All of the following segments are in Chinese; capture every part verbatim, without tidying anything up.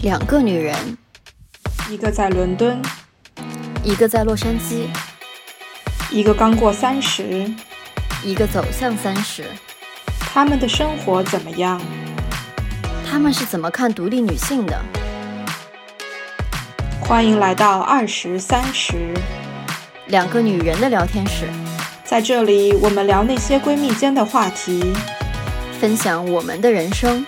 两个女人， 一个在伦敦， 一个在洛杉矶， 一个刚过三十， 一个走向三十。 他们的生活怎么样？ 他们是怎么看独立女性的？ 欢迎来到二十三十， 两个女人的聊天室。 在这里，我们聊那些闺蜜间的话题， 分享我们的人生。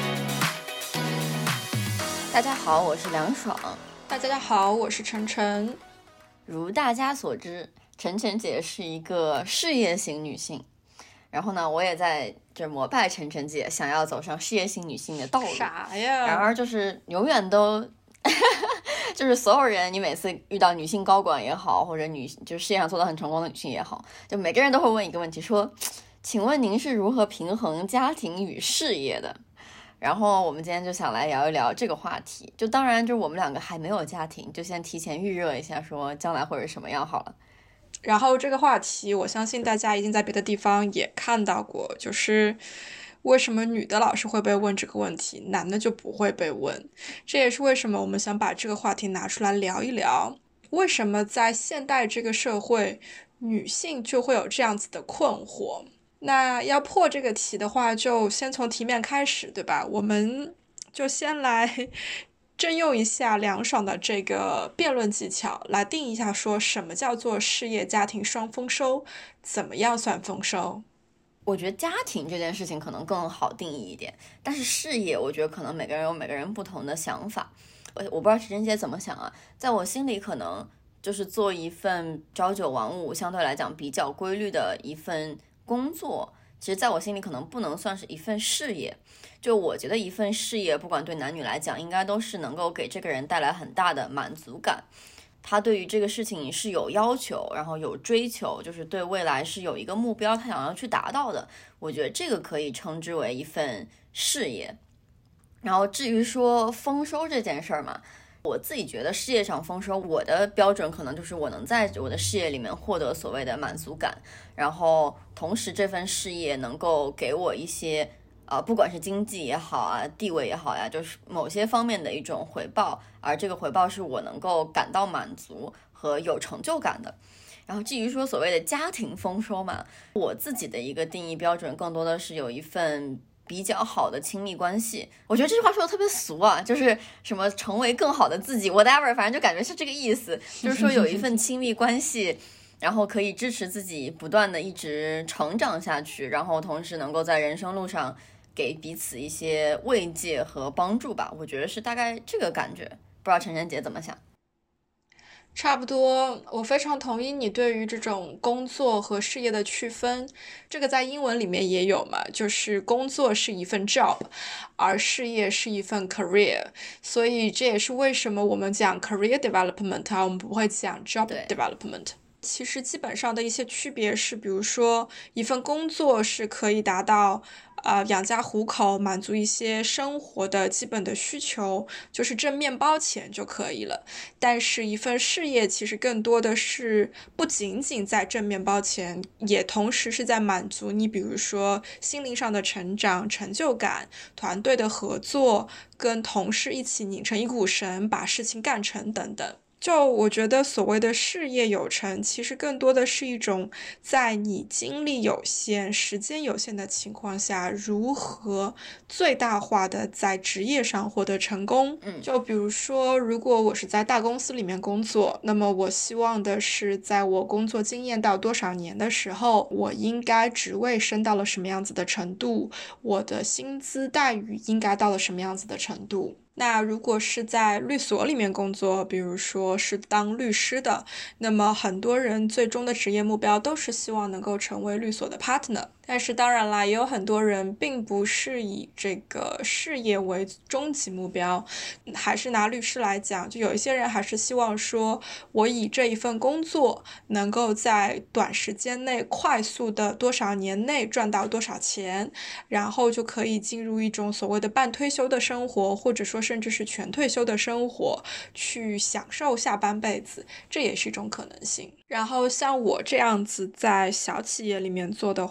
大家好，我是梁爽。 大家好，我是晨晨。 如大家所知，晨晨姐是一个事业型女性，然后呢，我也在这膜拜晨晨姐想要走上事业型女性的道路。 啥呀？ 然而就是永远都就是所有人，你每次遇到女性高管也好，或者女就是事业上做得很成功的女性也好，就每个人都会问一个问题，说请问您是如何平衡家庭与事业的？然后我们今天就想来聊一聊这个话题。就当然就是我们两个还没有家庭，就先提前预热一下说将来会是什么样好了。 然后这个话题我相信大家已经在别的地方也看到过，就是为什么女的老是会被问这个问题，男的就不会被问。这也是为什么我们想把这个话题拿出来聊一聊，为什么在现代这个社会女性就会有这样子的困惑。那要破这个题的话，就先从题面开始，对吧？我们就先来征用一下梁爽的这个辩论技巧，来定一下说什么叫做事业家庭双丰收，怎么样算丰收。 我觉得家庭这件事情可能更好定义一点，但是事业我觉得可能每个人有每个人不同的想法。我我不知道陈晨姐怎么想啊，在我心里可能就是做一份朝九晚五相对来讲比较规律的一份工作，其实在我心里可能不能算是一份事业。就我觉得一份事业不管对男女来讲应该都是能够给这个人带来很大的满足感，他对于这个事情是有要求，然后有追求，就是对未来是有一个目标他想要去达到的，我觉得这个可以称之为一份事业。然后至于说丰收这件事儿嘛，我自己觉得事业上丰收，我的标准可能就是我能在我的事业里面获得所谓的满足感，然后同时这份事业能够给我一些呃，不管是经济也好啊，地位也好呀，就是某些方面的一种回报，而这个回报是我能够感到满足和有成就感的。然后至于说所谓的家庭丰收嘛，我自己的一个定义标准更多的是有一份比较好的亲密关系。我觉得这句话说的特别俗啊，就是什么成为更好的自己 whatever， 反正就感觉是这个意思，就是说有一份亲密关系然后可以支持自己不断的一直成长下去，然后同时能够在人生路上给彼此一些慰藉和帮助吧，我觉得是大概这个感觉。不知道陈晨姐怎么想？ 差不多，我非常同意你对于这种工作和事业的区分。这个在英文里面也有嘛，就是工作是一份 job， 而事业是一份 career。所以这也是为什么我们讲 career development 啊，我们不会讲 job development。其实基本上的一些区别是，比如说一份工作是可以达到呃养家糊口，满足一些生活的基本的需求，就是挣面包钱就可以了。但是一份事业其实更多的是不仅仅在挣面包钱，也同时是在满足你比如说心灵上的成长、成就感、团队的合作，跟同事一起拧成一股绳把事情干成等等。就我觉得所谓的事业有成，其实更多的是一种在你精力有限、时间有限的情况下，如何最大化的在职业上获得成功。 嗯， 就比如说，如果我是在大公司里面工作，那么我希望的是在我工作经验到多少年的时候，我应该职位升到了什么样子的程度，我的薪资待遇应该到了什么样子的程度。那如果是在律所里面工作，比如说是当律师的，那么很多人最终的职业目标都是希望能够成为律所的 partner。但是当然啦，也有很多人并不是以这个事业为终极目标。还是拿律师来讲，就有一些人还是希望说，我以这一份工作能够在短时间内快速的多少年内赚到多少钱，然后就可以进入一种所谓的半退休的生活，或者说甚至是全退休的生活，去享受下半辈子，这也是一种可能性。然后像我这样子在小企业里面做的话，其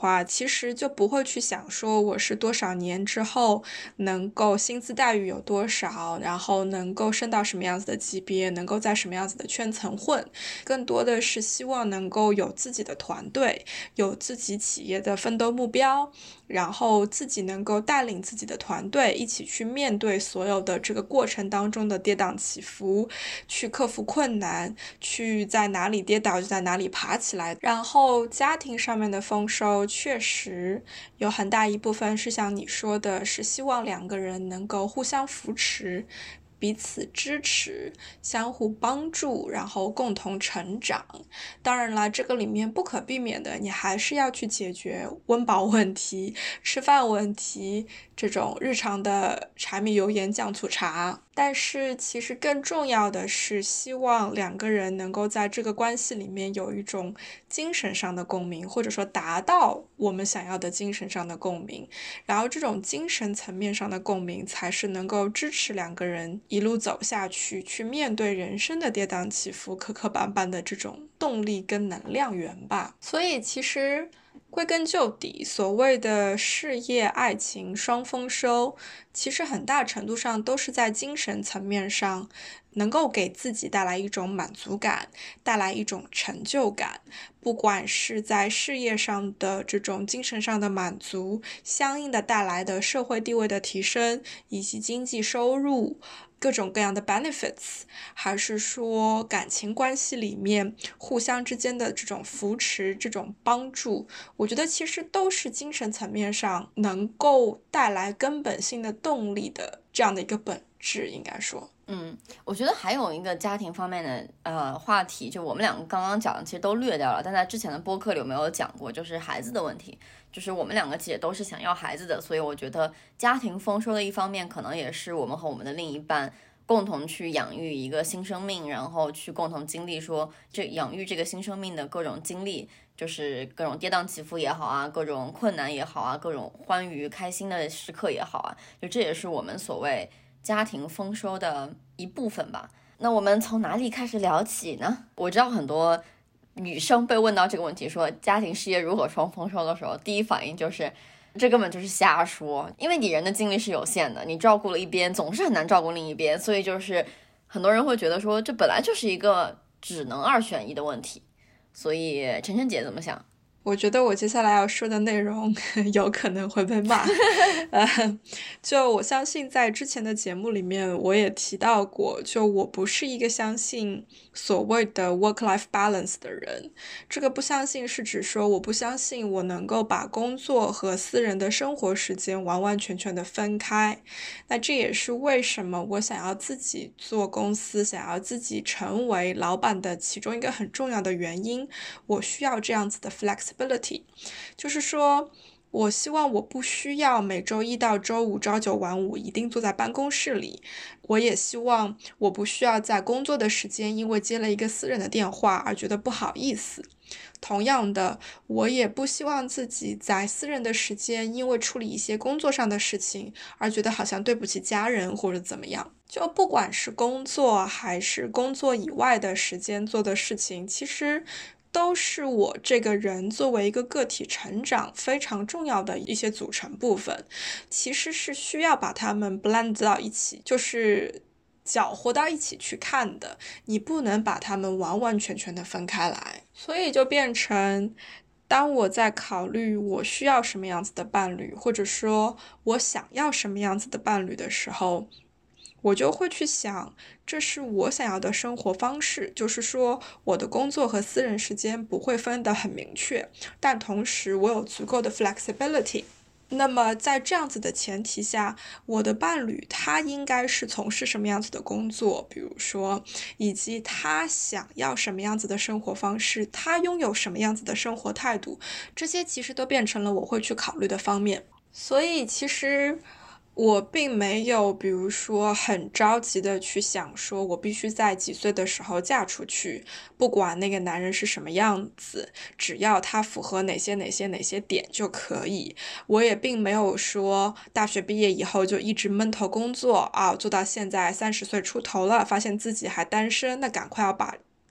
其实就不会去想说我是多少年之后能够薪资待遇有多少，然后能够升到什么样子的级别，能够在什么样子的圈层混，更多的是希望能够有自己的团队，有自己企业的奋斗目标，然后自己能够带领自己的团队一起去面对所有的这个过程当中的跌宕起伏，去克服困难，去在哪里跌倒就在哪里爬起来。然后家庭上面的丰收确实有很大一部分是像你说的，是希望两个人能够互相扶持，彼此支持，相互帮助，然后共同成长。当然啦，这个里面不可避免的，你还是要去解决温饱问题、吃饭问题，这种日常的柴米油盐酱醋茶。但是其实更重要的是，希望两个人能够在这个关系里面有一种精神上的共鸣，或者说达到我们想要的精神上的共鸣。然后这种精神层面上的共鸣，才是能够支持两个人一路走下去，去面对人生的跌宕起伏、磕磕绊绊的这种动力跟能量源吧。所以其实归根究底，所谓的事业、爱情双丰收，其实很大程度上都是在精神层面上能够给自己带来一种满足感，带来一种成就感。不管是在事业上的这种精神上的满足，相应的带来的社会地位的提升，以及经济收入，各种各样的 benefits， 还是说感情关系里面互相之间的这种扶持、这种帮助，我觉得其实都是精神层面上能够带来根本性的动力的这样的一个本质，应该说。 嗯，我觉得还有一个家庭方面的呃话题，就我们两个刚刚讲的其实都略掉了，但在之前的播客里有没有讲过，就是孩子的问题。就是我们两个其实都是想要孩子的，所以我觉得家庭丰收的一方面，可能也是我们和我们的另一半共同去养育一个新生命，然后去共同经历说这养育这个新生命的各种经历，就是各种跌宕起伏也好啊，各种困难也好啊，各种欢愉开心的时刻也好啊，就这也是我们所谓家庭丰收的一部分吧。那我们从哪里开始聊起呢？我知道很多女生被问到这个问题，说家庭事业如何双丰收的时候，第一反应就是这根本就是瞎说，因为你人的精力是有限的，你照顾了一边总是很难照顾另一边，所以就是很多人会觉得说这本来就是一个只能二选一的问题。所以晨晨姐怎么想？ 我觉得我接下来要说的内容有可能会被骂呃，就我相信在之前的节目里面我也提到过，就我不是一个相信所谓的 work-life balance 的人。这个不相信是指说我不相信我能够把工作和私人的生活时间完完全全的分开。那这也是为什么我想要自己做公司，想要自己成为老板的其中一个很重要的原因。我需要这样子的 flexibility，就是说我希望我不需要每周一到周五朝九晚五一定坐在办公室里，我也希望我不需要在工作的时间因为接了一个私人的电话而觉得不好意思。同样的，我也不希望自己在私人的时间因为处理一些工作上的事情而觉得好像对不起家人或者怎么样。就不管是工作还是工作以外的时间做的事情，其实都是我这个人作为一个个体成长非常重要的一些组成部分，其实是需要把它们 blend 到一起，就是搅和到一起去看的，你不能把它们完完全全的分开来。所以就变成当我在考虑我需要什么样子的伴侣，或者说我想要什么样子的伴侣的时候，我就会去想这是我想要的生活方式，就是说我的工作和私人时间不会分得很明确，但同时我有足够的 flexibility。那么在这样子的前提下，我的伴侣他应该是从事什么样子的工作，比如说以及他想要什么样子的生活方式，他拥有什么样子的生活态度，这些其实都变成了我会去考虑的方面。所以其实我并没有比如说很着急的去想说我必须在几岁的时候嫁出去，不管那个男人是什么样子，只要他符合哪些哪些哪些点就可以。我也并没有说大学毕业以后就一直闷头工作啊，做到现在三十岁出头了，发现自己还单身，那赶快要把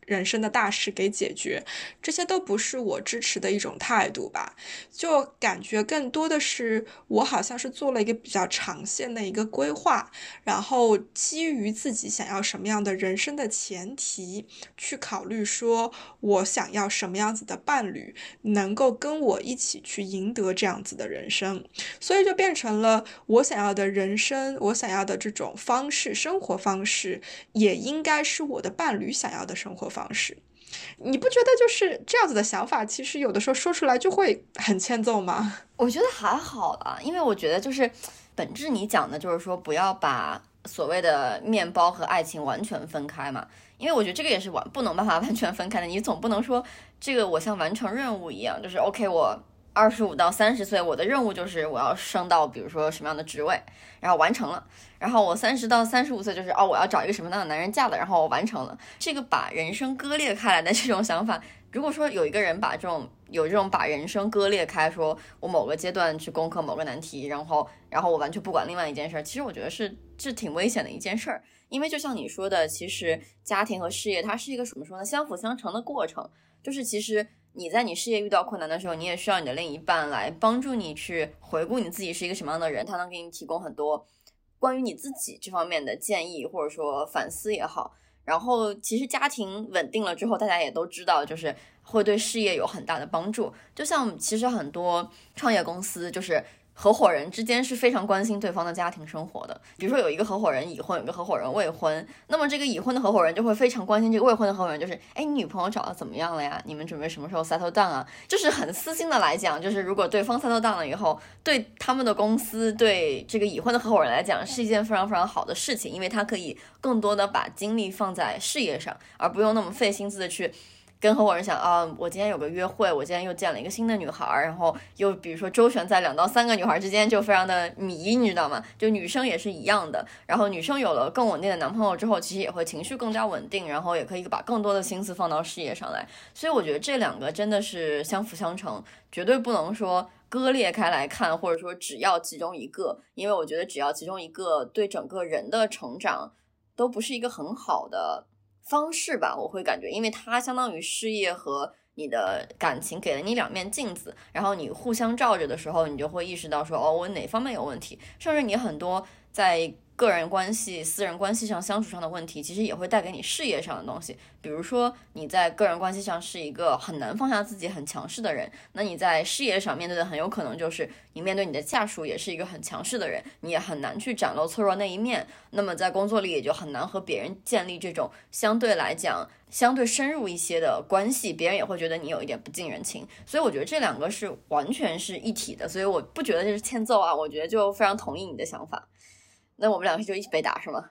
人生的大事给解决，这些都不是我支持的一种态度吧。就感觉更多的是我好像是做了一个比较长线的一个规划，然后基于自己想要什么样的人生的前提去考虑说我想要什么样子的伴侣能够跟我一起去赢得这样子的人生，所以就变成了我想要的人生，我想要的这种方式，生活方式也应该是我的伴侣想要的生活方式。你不觉得就是这样子的想法其实有的时候说出来就会很欠揍吗？ 我觉得还好啦，因为我觉得就是本质你讲的就是说不要把所谓的面包和爱情完全分开嘛，因为我觉得这个也是完不能办法完全分开的，你总不能说这个我像完成任务一样，就是 OK 我二十五到三十岁我的任务就是我要升到比如说什么样的职位，然后完成了，然后我三十到三十五岁就是哦我要找一个什么样的男人嫁了，然后我完成了。这个把人生割裂开来的这种想法，如果说有一个人把这种有这种把人生割裂开，说我某个阶段去攻克某个难题，然后然后我完全不管另外一件事，其实我觉得是是挺危险的一件事儿。因为就像你说的，其实家庭和事业它是一个怎么说呢，相辅相成的过程，就是其实你在你事业遇到困难的时候，你也需要你的另一半来帮助你去回顾你自己是一个什么样的人，他能给你提供很多关于你自己这方面的建议或者说反思也好。然后其实家庭稳定了之后，大家也都知道就是会对事业有很大的帮助。就像其实很多创业公司就是合伙人之间是非常关心对方的家庭生活的，比如说有一个合伙人已婚，有一个合伙人未婚，那么这个已婚的合伙人就会非常关心这个未婚的合伙人，就是哎，你女朋友找的怎么样了呀？你们准备什么时候 settle down 啊？就是很私心的来讲，就是如果对方 settle down 了以后，对他们的公司，对这个已婚的合伙人来讲是一件非常非常好的事情，因为他可以更多的把精力放在事业上，而不用那么费心思的去跟合伙人想啊，我今天有个约会，我今天又见了一个新的女孩，然后又比如说周旋在两到三个女孩之间，就非常的迷，你知道吗？就女生也是一样的，然后女生有了更稳定的男朋友之后，其实也会情绪更加稳定，然后也可以把更多的心思放到事业上来。所以我觉得这两个真的是相辅相成，绝对不能说割裂开来看，或者说只要其中一个，因为我觉得只要其中一个对整个人的成长都不是一个很好的方式吧，我会感觉，因为它相当于事业和你的感情给了你两面镜子，然后你互相照着的时候，你就会意识到说哦，我哪方面有问题，甚至你很多在个人关系、私人关系上相处上的问题，其实也会带给你事业上的东西。比如说你在个人关系上是一个很难放下自己、很强势的人，那你在事业上面对的很有可能就是你面对你的下属也是一个很强势的人，你也很难去展露脆弱那一面，那么在工作里也就很难和别人建立这种相对来讲相对深入一些的关系，别人也会觉得你有一点不近人情。所以我觉得这两个是完全是一体的，所以我不觉得这是欠揍啊，我觉得就非常同意你的想法。那我们两个就一起被打是吗？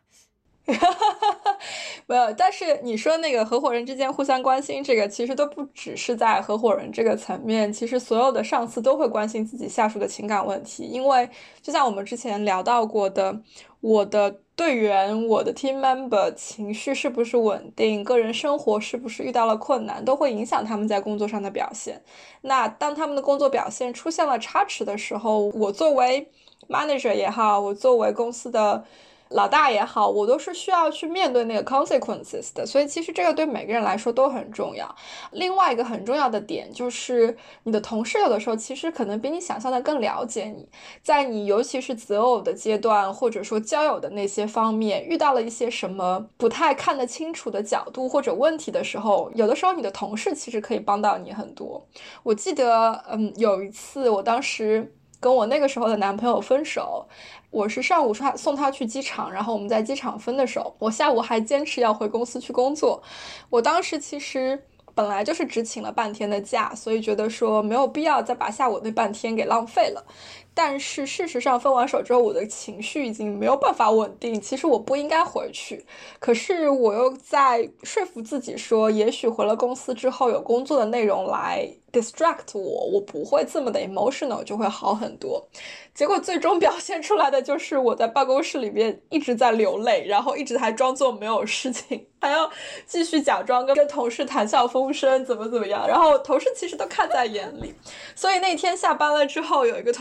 没有，但是你说那个合伙人之间互相关心，这个其实都不只是在合伙人这个层面，其实所有的上司都会关心自己下属的情感问题，因为就像我们之前聊到过的，我的队员，我的 team member 情绪是不是稳定，个人生活是不是遇到了困难，都会影响他们在工作上的表现。那当他们的工作表现出现了差池的时候，我作为 manager 也好，我作为公司的老大也好，我都是需要去面对那个 consequences 的，所以其实这个对每个人来说都很重要。另外一个很重要的点就是你的同事有的时候其实可能比你想象的更了解你，在你尤其是择偶的阶段，或者说交友的那些方面，遇到了一些什么不太看得清楚的角度或者问题的时候，有的时候你的同事其实可以帮到你很多。我记得嗯，有一次我当时跟我那个时候的男朋友分手，我是上午送他去机场，然后我们在机场分的手，我下午还坚持要回公司去工作。我当时其实本来就是只请了半天的假，所以觉得说没有必要再把下午那半天给浪费了。但是事实上分完手之后，我的情绪已经没有办法稳定，其实我不应该回去，可是我又在说服自己说，也许回了公司之后有工作的内容来 distract 我，我不会这么的 emotional， 就会好很多。结果最终表现出来的就是我在办公室里面一直在流泪，然后一直还装作没有事情，还要继续假装跟同事谈笑风生怎么怎么样，然后同事其实都看在眼里。所以那天下班了之后，有一个同事就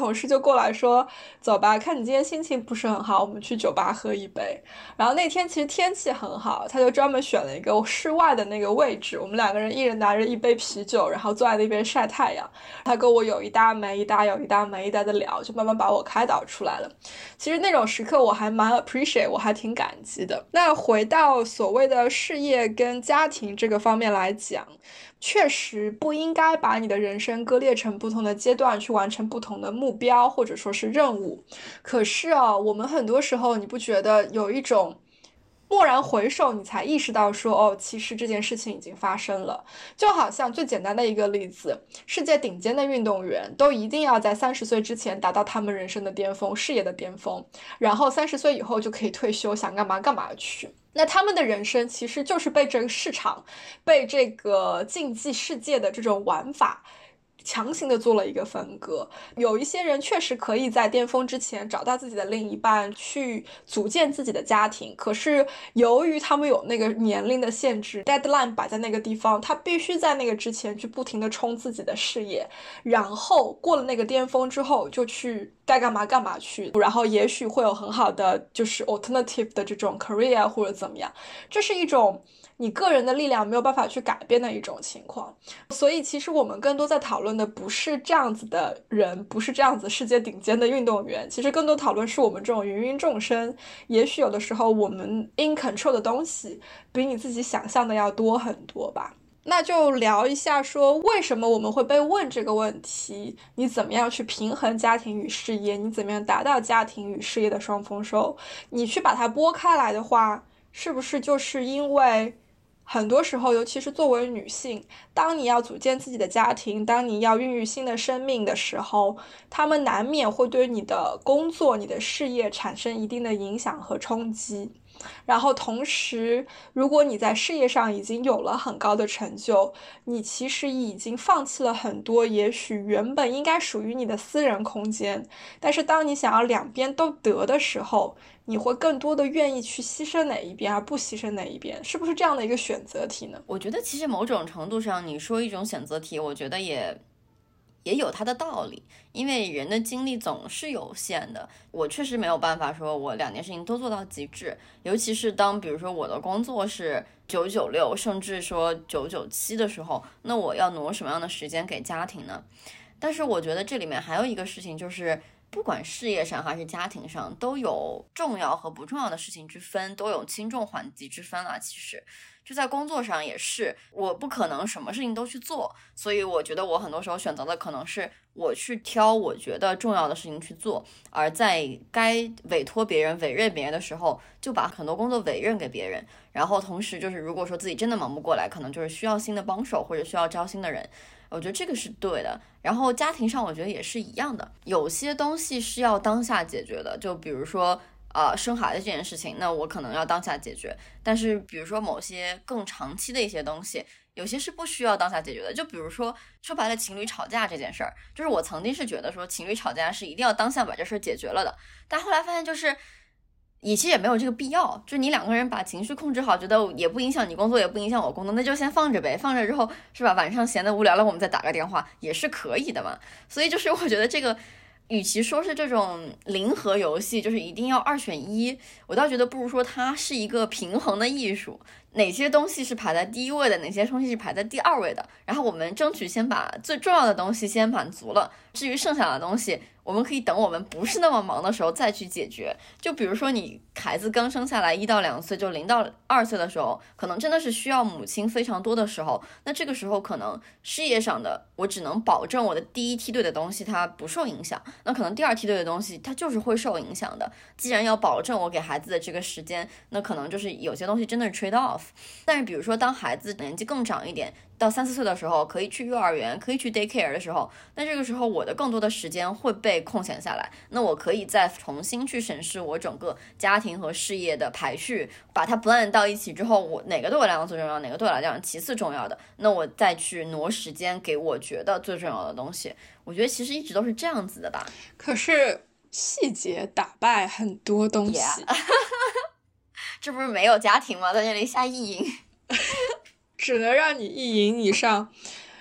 过来说，走吧，看你今天心情不是很好，我们去酒吧喝一杯。然后那天其实天气很好，他就专门选了一个室外的那个位置，我们两个人一人拿着一杯啤酒，然后坐在那边晒太阳。他跟我有一搭没一搭，有一搭没一搭的聊，就慢慢把我开导出来了。其实那种时刻我还蛮 appreciate， 我还挺感激的。那回到所谓的事业跟家庭这个方面来讲，确实不应该把你的人生割裂成不同的阶段，去完成不同的目标或者说是任务。可是啊，我们很多时候你不觉得有一种蓦然回首，你才意识到说，哦，其实这件事情已经发生了。就好像最简单的一个例子，世界顶尖的运动员都一定要在三十岁之前达到他们人生的巅峰，事业的巅峰，然后三十岁以后就可以退休，想干嘛干嘛去。那他们的人生其实就是被这个市场，被这个竞技世界的这种玩法强行的做了一个分割。有一些人确实可以在巅峰之前找到自己的另一半，去组建自己的家庭，可是由于他们有那个年龄的限制， deadline 摆在那个地方，他必须在那个之前去不停的冲自己的事业，然后过了那个巅峰之后就去该干嘛干嘛去，然后也许会有很好的就是 alternative 的这种 career 或者怎么样。这是一种你个人的力量没有办法去改变的一种情况。所以其实我们更多在讨论的不是这样子的人，不是这样子世界顶尖的运动员，其实更多讨论是我们这种芸芸众生，也许有的时候我们 in control 的东西比你自己想象的要多很多吧。那就聊一下说为什么我们会被问这个问题，你怎么样去平衡家庭与事业，你怎么样达到家庭与事业的双丰收。你去把它拨开来的话，是不是就是因为很多时候尤其是作为女性，当你要组建自己的家庭，当你要孕育新的生命的时候，他们难免会对你的工作你的事业产生一定的影响和冲击。然后同时如果你在事业上已经有了很高的成就，你其实已经放弃了很多也许原本应该属于你的私人空间，但是当你想要两边都得的时候，你会更多的愿意去牺牲哪一边而不牺牲哪一边，是不是这样的一个选择题呢？ 我觉得其实某种程度上你说一种选择题，我觉得也也有它的道理，因为人的精力总是有限的。我确实没有办法说我两件事情都做到极致，尤其是当比如说我的工作是九九六甚至说九九七的时候，那我要挪什么样的时间给家庭呢？但是我觉得这里面还有一个事情，就是不管事业上还是家庭上，都有重要和不重要的事情之分，都有轻重缓急之分啊。其实就在工作上也是，我不可能什么事情都去做，所以我觉得我很多时候选择的可能是我去挑我觉得重要的事情去做，而在该委托别人委任别人的时候，就把很多工作委任给别人。然后同时就是如果说自己真的忙不过来，可能就是需要新的帮手或者需要招新的人，我觉得这个是对的。然后家庭上我觉得也是一样的，有些东西是要当下解决的，就比如说呃，生孩子这件事情，那我可能要当下解决。但是比如说某些更长期的一些东西，有些是不需要当下解决的。就比如说说白了情侣吵架这件事儿，就是我曾经是觉得说情侣吵架是一定要当下把这事儿解决了的，但后来发现就是也其实也没有这个必要，就是你两个人把情绪控制好，觉得也不影响你工作也不影响我工作，那就先放着呗，放着之后是吧，晚上闲得无聊了我们再打个电话也是可以的嘛。所以就是我觉得这个与其说是这种零和游戏，就是一定要二选一，我倒觉得不如说它是一个平衡的艺术，哪些东西是排在第一位的，哪些东西是排在第二位的，然后我们争取先把最重要的东西先满足了，至于剩下的东西我们可以等我们不是那么忙的时候再去解决。就比如说你孩子刚生下来一到两岁，就零到二岁的时候，可能真的是需要母亲非常多的时候，那这个时候可能事业上的我只能保证我的第一梯队的东西它不受影响，那可能第二梯队的东西它就是会受影响的。既然要保证我给孩子的这个时间，那可能就是有些东西真的是 trade off。 但是比如说当孩子年纪更长一点，到三四岁的时候可以去幼儿园，可以去 daycare 的时候，那这个时候我的更多的时间会被空闲下来，那我可以再重新去审视我整个家庭和事业的排序，把它 blend 到一起之后，我哪个对我来讲最重要，哪个对我来讲其次重要的，那我再去挪时间给我觉得最重要的东西。我觉得其实一直都是这样子的吧。 可是细节打败很多东西、yeah. 这不是没有家庭吗？在这里下意淫只能让你一淫以上。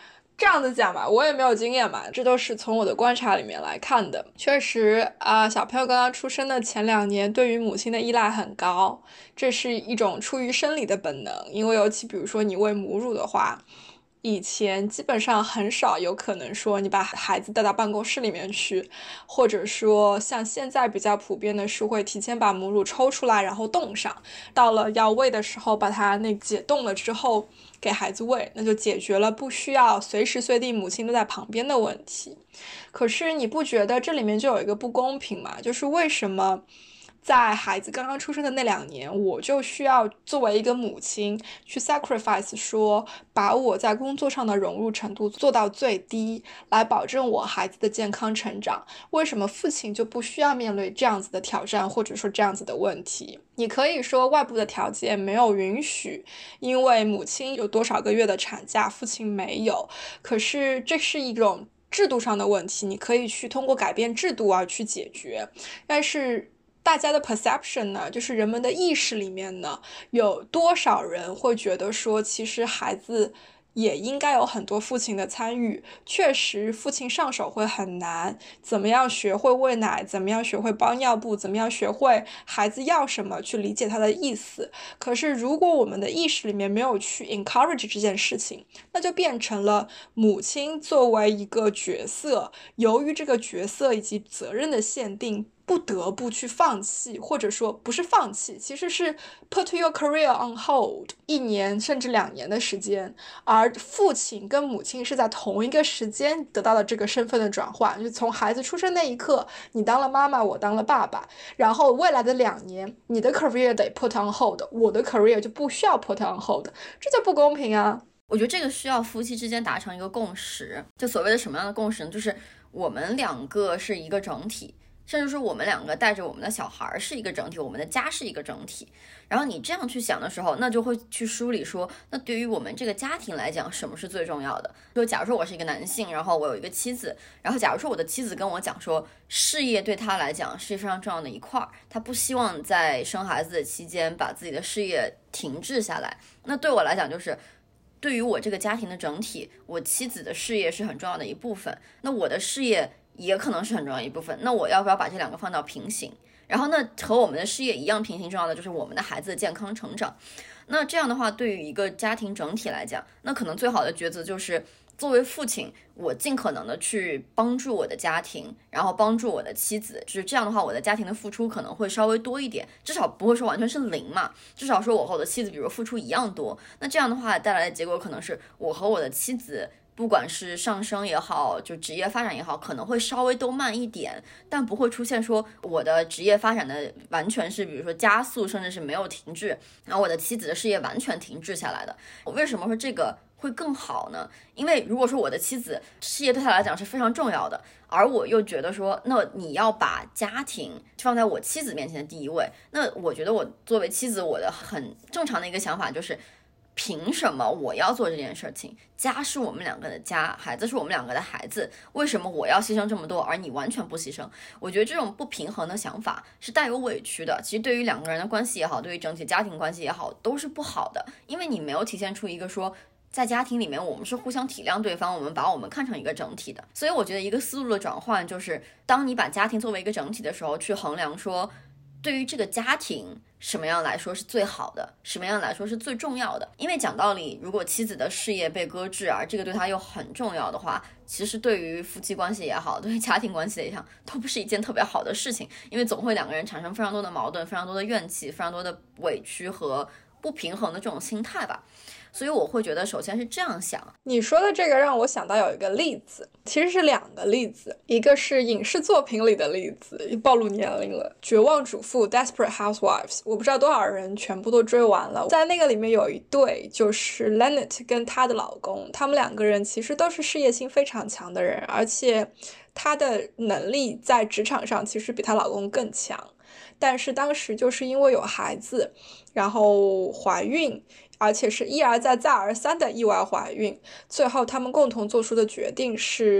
这样子讲吧，我也没有经验嘛，这都是从我的观察里面来看的。确实啊、呃，小朋友刚刚出生的前两年对于母亲的依赖很高，这是一种出于生理的本能。因为尤其比如说你喂母乳的话，以前基本上很少有可能说你把孩子带到办公室里面去，或者说像现在比较普遍的是会提前把母乳抽出来然后冻上，到了要喂的时候把它那解冻了之后给孩子喂，那就解决了不需要随时随地母亲都在旁边的问题。可是你不觉得这里面就有一个不公平吗？就是为什么在孩子刚刚出生的那两年，我就需要作为一个母亲去 sacrifice， 说把我在工作上的融入程度做到最低，来保证我孩子的健康成长。为什么父亲就不需要面对这样子的挑战，或者说这样子的问题？你可以说外部的条件没有允许，因为母亲有多少个月的产假，父亲没有。可是这是一种制度上的问题，你可以去通过改变制度而去解决。但是大家的 perception 呢，就是人们的意识里面呢，有多少人会觉得说其实孩子也应该有很多父亲的参与。确实父亲上手会很难，怎么样学会喂奶，怎么样学会包尿布，怎么样学会孩子要什么，去理解他的意思。可是如果我们的意识里面没有去 encourage 这件事情，那就变成了母亲作为一个角色，由于这个角色以及责任的限定，不得不去放弃，或者说不是放弃，其实是 put your career on hold 一年甚至两年的时间。而父亲跟母亲是在同一个时间得到了这个身份的转换，就从孩子出生那一刻，你当了妈妈，我当了爸爸，然后未来的两年你的 career 得 put on hold， 我的 career 就不需要 put on hold， 这就不公平啊。 我觉得这个需要夫妻之间达成一个共识。就所谓的什么样的共识呢？就是我们两个是一个整体，甚至说我们两个带着我们的小孩是一个整体，我们的家是一个整体。然后你这样去想的时候，那就会去梳理说，那对于我们这个家庭来讲，什么是最重要的？就假如说我是一个男性，然后我有一个妻子，然后假如说我的妻子跟我讲说，事业对他来讲是非常重要的一块，他不希望在生孩子的期间把自己的事业停滞下来。那对我来讲，就是对于我这个家庭的整体，我妻子的事业是很重要的一部分，那我的事业也可能是很重要的一部分。那我要不要把这两个放到平行？然后呢，和我们的事业一样平行重要的就是我们的孩子的健康成长。那这样的话，对于一个家庭整体来讲，那可能最好的抉择就是作为父亲，我尽可能的去帮助我的家庭，然后帮助我的妻子，就是这样的话，我的家庭的付出可能会稍微多一点，至少不会说完全是零嘛，至少说我和我的妻子比如付出一样多。那这样的话带来的结果可能是我和我的妻子不管是上升也好，就职业发展也好，可能会稍微都慢一点，但不会出现说我的职业发展的完全是比如说加速，甚至是没有停滞，然后我的妻子的事业完全停滞下来的。我为什么说这个会更好呢？因为如果说我的妻子事业对她来讲是非常重要的，而我又觉得说，那你要把家庭放在我妻子面前的第一位，那我觉得我作为妻子，我的很正常的一个想法就是，凭什么我要做这件事情？家是我们两个的家，孩子是我们两个的孩子，为什么我要牺牲这么多，而你完全不牺牲？我觉得这种不平衡的想法是带有委屈的。其实对于两个人的关系也好，对于整体家庭关系也好，都是不好的，因为你没有体现出一个说，在家庭里面我们是互相体谅对方，我们把我们看成一个整体的。所以我觉得一个思路的转换，就是当你把家庭作为一个整体的时候，去衡量说，对于这个家庭什么样来说是最好的，什么样来说是最重要的。因为讲道理，如果妻子的事业被搁置，而这个对他又很重要的话，其实对于夫妻关系也好，对于家庭关系也好，都不是一件特别好的事情，因为总会两个人产生非常多的矛盾，非常多的怨气，非常多的委屈和不平衡的这种心态吧。所以我会觉得首先是这样想。 你说的这个让我想到有一个例子，其实是两个例子，一个是影视作品里的例子，暴露年龄了，绝望主妇 Desperate Housewives， 我不知道多少人全部都追完了。在那个里面有一对，就是 Lynette 跟她的老公，他们两个人其实都是事业心非常强的人，而且她的能力在职场上其实比她老公更强，但是当时就是因为有孩子，然后怀孕，而且是一而再再而三的意外怀孕，最后他们共同做出的决定是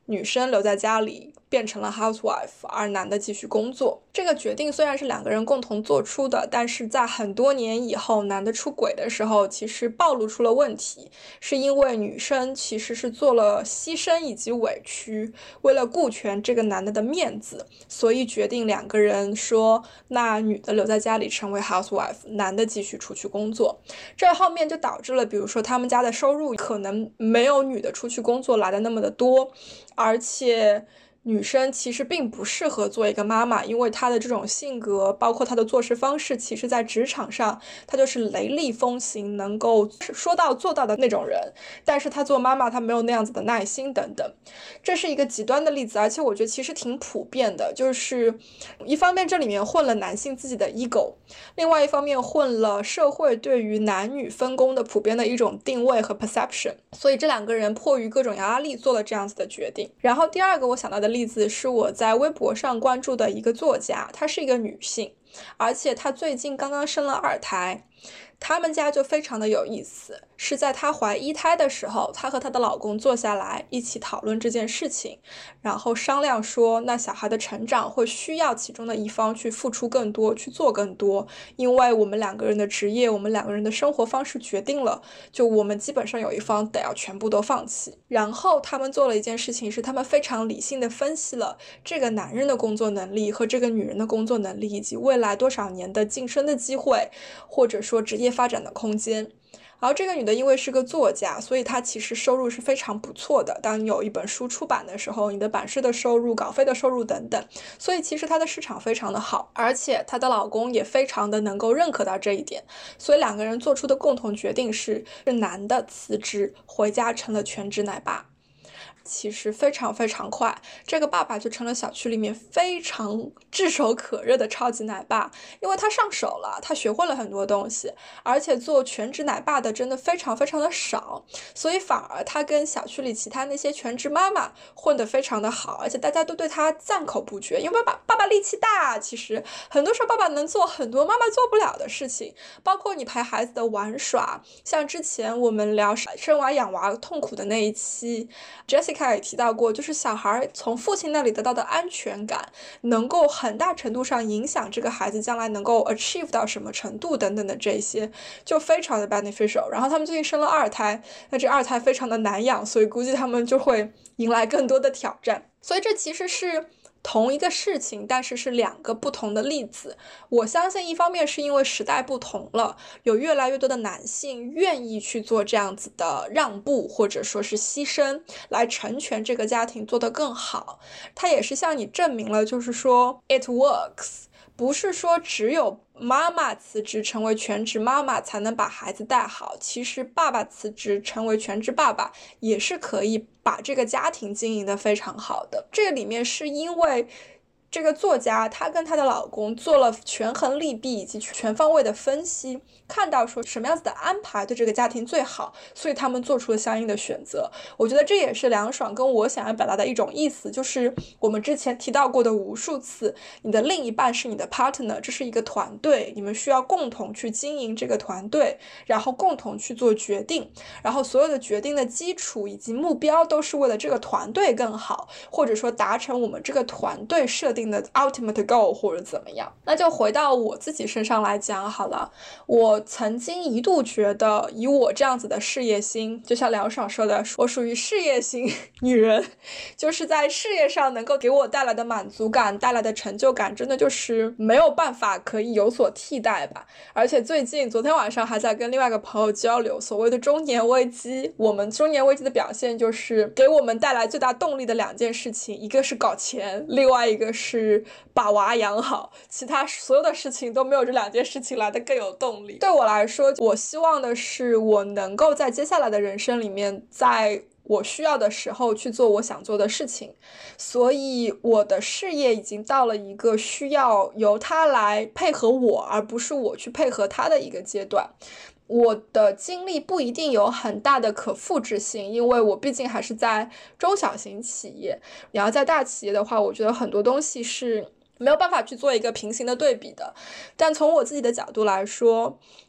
女生留在家里变成了 housewife， 而男的继续工作。这个决定虽然是两个人共同做出的，但是在很多年以后，男的出轨的时候，其实暴露出了问题，是因为女生其实是做了牺牲以及委屈，为了顾全这个男的的面子，所以决定两个人说，那女的留在家里成为 housewife， 男的继续出去工作。这后面就导致了，比如说他们家的收入可能没有女的出去工作来的那么的多，而且女生其实并不适合做一个妈妈，因为她的这种性格，包括她的做事方式，其实在职场上她就是雷厉风行，能够说到做到的那种人，但是她做妈妈她没有那样子的耐心等等。这是一个极端的例子，而且我觉得其实挺普遍的，就是一方面这里面混了男性自己的 ego， 另外一方面混了社会对于男女分工的普遍的一种定位和 perception， 所以这两个人迫于各种压力做了这样子的决定。然后第二个我想到的例子是我在微博上关注的一个作家，她是一个女性，而且她最近刚刚生了二胎。他们家就非常的有意思，是在她怀一胎的时候，她和她的老公坐下来一起讨论这件事情，然后商量说，那小孩的成长会需要其中的一方去付出更多，去做更多，因为我们两个人的职业，我们两个人的生活方式决定了，就我们基本上有一方得要全部都放弃。然后他们做了一件事情，是他们非常理性的分析了这个男人的工作能力和这个女人的工作能力，以及未来多少年的晋升的机会，或者说职业发展的空间。然后这个女的因为是个作家，所以她其实收入是非常不错的，当你有一本书出版的时候，你的版税的收入、稿费的收入等等，所以其实她的市场非常的好，而且她的老公也非常的能够认可到这一点，所以两个人做出的共同决定是，是男的辞职回家成了全职奶爸。其实非常非常快，这个爸爸就成了小区里面非常炙手可热的超级奶爸，因为他上手了，他学会了很多东西，而且做全职奶爸的真的非常非常的少，所以反而他跟小区里其他那些全职妈妈混得非常的好，而且大家都对他赞口不绝，因为爸爸爸爸力气大，其实很多时候爸爸能做很多妈妈做不了的事情，包括你陪孩子的玩耍，像之前我们聊生娃养娃痛苦的那一期 Jessica也提到过，就是小孩从父亲那里得到的安全感能够很大程度上影响这个孩子将来能够 achieve 到什么程度等等的，这些就非常的 beneficial。 然后他们最近生了二胎，那这二胎非常的难养，所以估计他们就会迎来更多的挑战。所以这其实是同一个事情，但是是两个不同的例子。我相信一方面是因为时代不同了，有越来越多的男性愿意去做这样子的让步或者说是牺牲，来成全这个家庭做得更好。他也是向你证明了，就是说 it works， 不是说只有妈妈辞职成为全职妈妈才能把孩子带好，其实爸爸辞职成为全职爸爸也是可以把这个家庭经营得非常好的。这个里面是因为这个作家她跟她的老公做了权衡利弊以及全方位的分析，看到说什么样子的安排对这个家庭最好，所以他们做出了相应的选择。我觉得这也是梁爽跟我想要表达的一种意思，就是我们之前提到过的无数次，你的另一半是你的 partner， 这是一个团队，你们需要共同去经营这个团队，然后共同去做决定，然后所有的决定的基础以及目标都是为了这个团队更好，或者说达成我们这个团队设定的 ultimate goal 或者怎么样。那就回到我自己身上来讲好了，我曾经一度觉得以我这样子的事业心，就像梁爽说的，我属于事业型女人，就是在事业上能够给我带来的满足感带来的成就感真的就是没有办法可以有所替代吧。而且最近昨天晚上还在跟另外一个朋友交流，所谓的中年危机，我们中年危机的表现就是给我们带来最大动力的两件事情，一个是搞钱，另外一个是把娃养好，其他所有的事情都没有这两件事情来的更有动力。对我来说，我希望的是我能够在接下来的人生里面，在我需要的时候去做我想做的事情，所以我的事业已经到了一个需要由他来配合我，而不是我去配合他的一个阶段。我的经历不一定有很大的可复制性，因为我毕竟还是在中小型企业，你要在大企业的话，我觉得很多东西是没有办法去做一个平行的对比的。但从我自己的角度来说，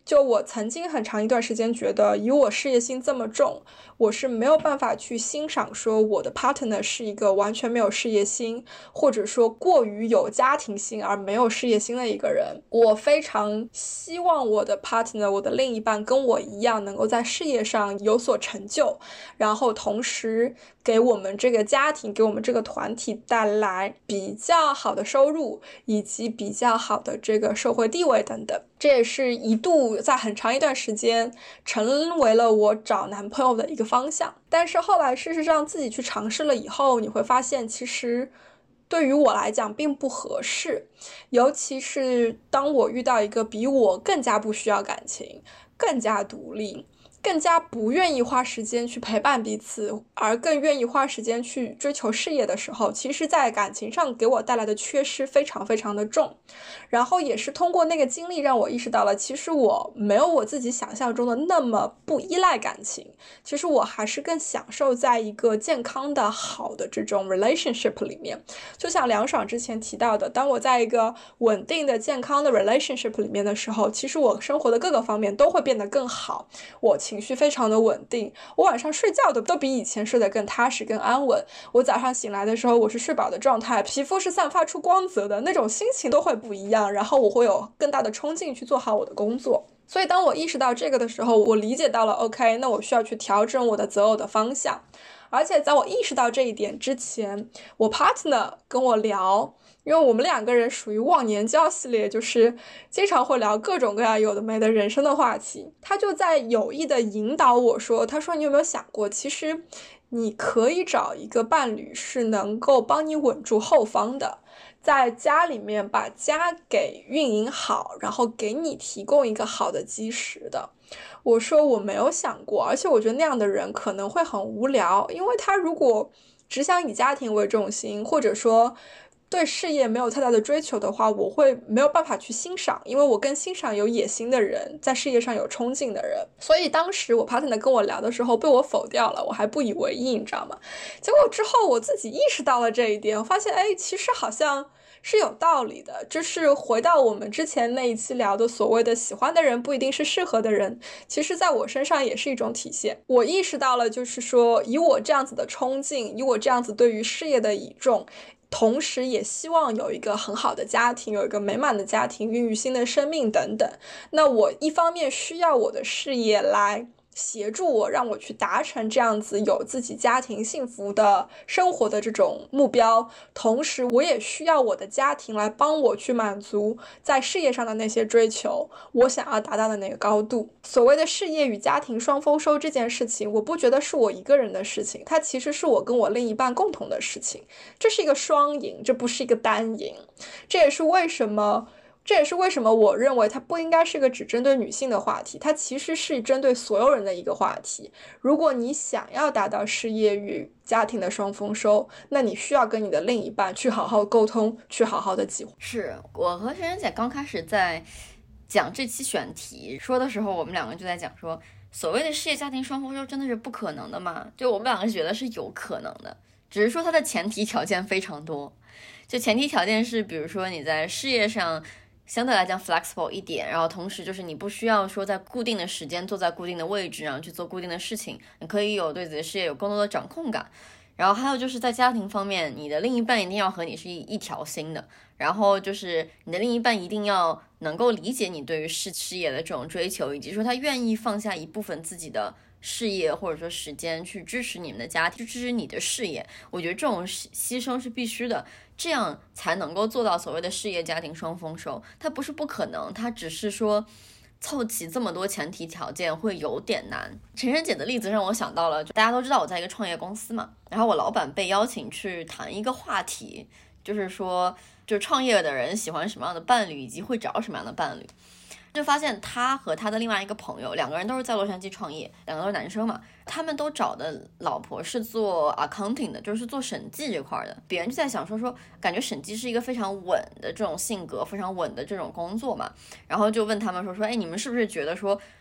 就我曾经很长一段时间觉得，以我事业心这么重，我是没有办法去欣赏说我的 partner 是一个完全没有事业心，或者说过于有家庭心而没有事业心的一个人。我非常希望我的 partner， 我的另一半跟我一样能够在事业上有所成就，然后同时给我们这个家庭，给我们这个团体带来比较好的收入，以及比较好的这个社会地位等等。这也是一度在很长一段时间成为了我找男朋友的一个方向。但是后来事实上自己去尝试了以后，你会发现其实对于我来讲并不合适，尤其是当我遇到一个比我更加不需要感情，更加独立，更加不愿意花时间去陪伴彼此，而更愿意花时间去追求事业的时候，其实在感情上给我带来的缺失非常非常的重。然后也是通过那个经历让我意识到了，其实我没有我自己想象中的那么不依赖感情，其实我还是更享受在一个健康的好的这种 relationship 里面。就像梁爽之前提到的，当我在一个稳定的健康的 relationship 里面的时候，其实我生活的各个方面都会变得更好，我情绪非常的稳定，我晚上睡觉都都比以前睡得更踏实更安稳，我早上醒来的时候我是睡饱的状态，皮肤是散发出光泽的，那种心情都会不一样，然后我会有更大的冲劲去做好我的工作。所以当我意识到这个的时候，我理解到了 OK， 那我需要去调整我的择偶的方向。而且在我意识到这一点之前，我 partner 跟我聊，因为我们两个人属于忘年交系列，就是经常会聊各种各样有的没的人生的话题。他就在有意的引导我说，他说你有没有想过，其实你可以找一个伴侣是能够帮你稳住后方的，在家里面把家给运营好，然后给你提供一个好的基石的。我说我没有想过，而且我觉得那样的人可能会很无聊，因为他如果只想以家庭为重心，或者说对事业没有太大的追求的话，我会没有办法去欣赏，因为我更欣赏有野心的人，在事业上有冲劲的人。所以当时我 partner 跟我聊的时候被我否掉了，我还不以为意，你知道吗？结果之后我自己意识到了这一点，我发现哎，其实好像是有道理的。就是回到我们之前那一期聊的所谓的喜欢的人不一定是适合的人，其实在我身上也是一种体现。我意识到了，就是说以我这样子的冲劲，以我这样子对于事业的倚重，同时也希望有一个很好的家庭，有一个美满的家庭，孕育新的生命等等。那我一方面需要我的事业来协助我，让我去达成这样子有自己家庭幸福的生活的这种目标，同时我也需要我的家庭来帮我去满足在事业上的那些追求，我想要达到的那个高度。所谓的事业与家庭双丰收这件事情，我不觉得是我一个人的事情，它其实是我跟我另一半共同的事情，这是一个双赢，这不是一个单赢。这也是为什么这也是为什么我认为它不应该是个只针对女性的话题，它其实是针对所有人的一个话题。如果你想要达到事业与家庭的双丰收，那你需要跟你的另一半去好好沟通，去好好的计划。 是我和璇璇姐刚开始在讲这期选题说的时候，我们两个就在讲说，所谓的事业家庭双丰收真的是不可能的吗？就我们两个觉得是有可能的，只是说它的前提条件非常多。就前提条件是，比如说你在事业上相对来讲 flexible 一点，然后同时就是你不需要说在固定的时间坐在固定的位置，然后去做固定的事情，你可以有对自己的事业有更多的掌控感。然后还有就是在家庭方面，你的另一半一定要和你是一一条心的，然后就是你的另一半一定要能够理解你对于事事业的这种追求，以及说他愿意放下一部分自己的事业或者说时间去支持你们的家庭，去支持你的事业。我觉得这种牺牲是必须的，这样才能够做到所谓的事业家庭双丰收。它不是不可能，它只是说凑齐这么多前提条件会有点难。陈璇姐的例子让我想到了，就大家都知道我在一个创业公司嘛，然后我老板被邀请去谈一个话题，就是说就创业的人喜欢什么样的伴侣，以及会找什么样的伴侣。就发现他和他的另外一个朋友，两个人都是在洛杉矶创业，两个都是男生嘛，他们都找的老婆是做 accounting 的，就是做审计这块的。别人就在想说说，感觉审计是一个非常稳的这种性格，非常稳的这种工作嘛，然后就问他们说说，哎，你们是不是觉得说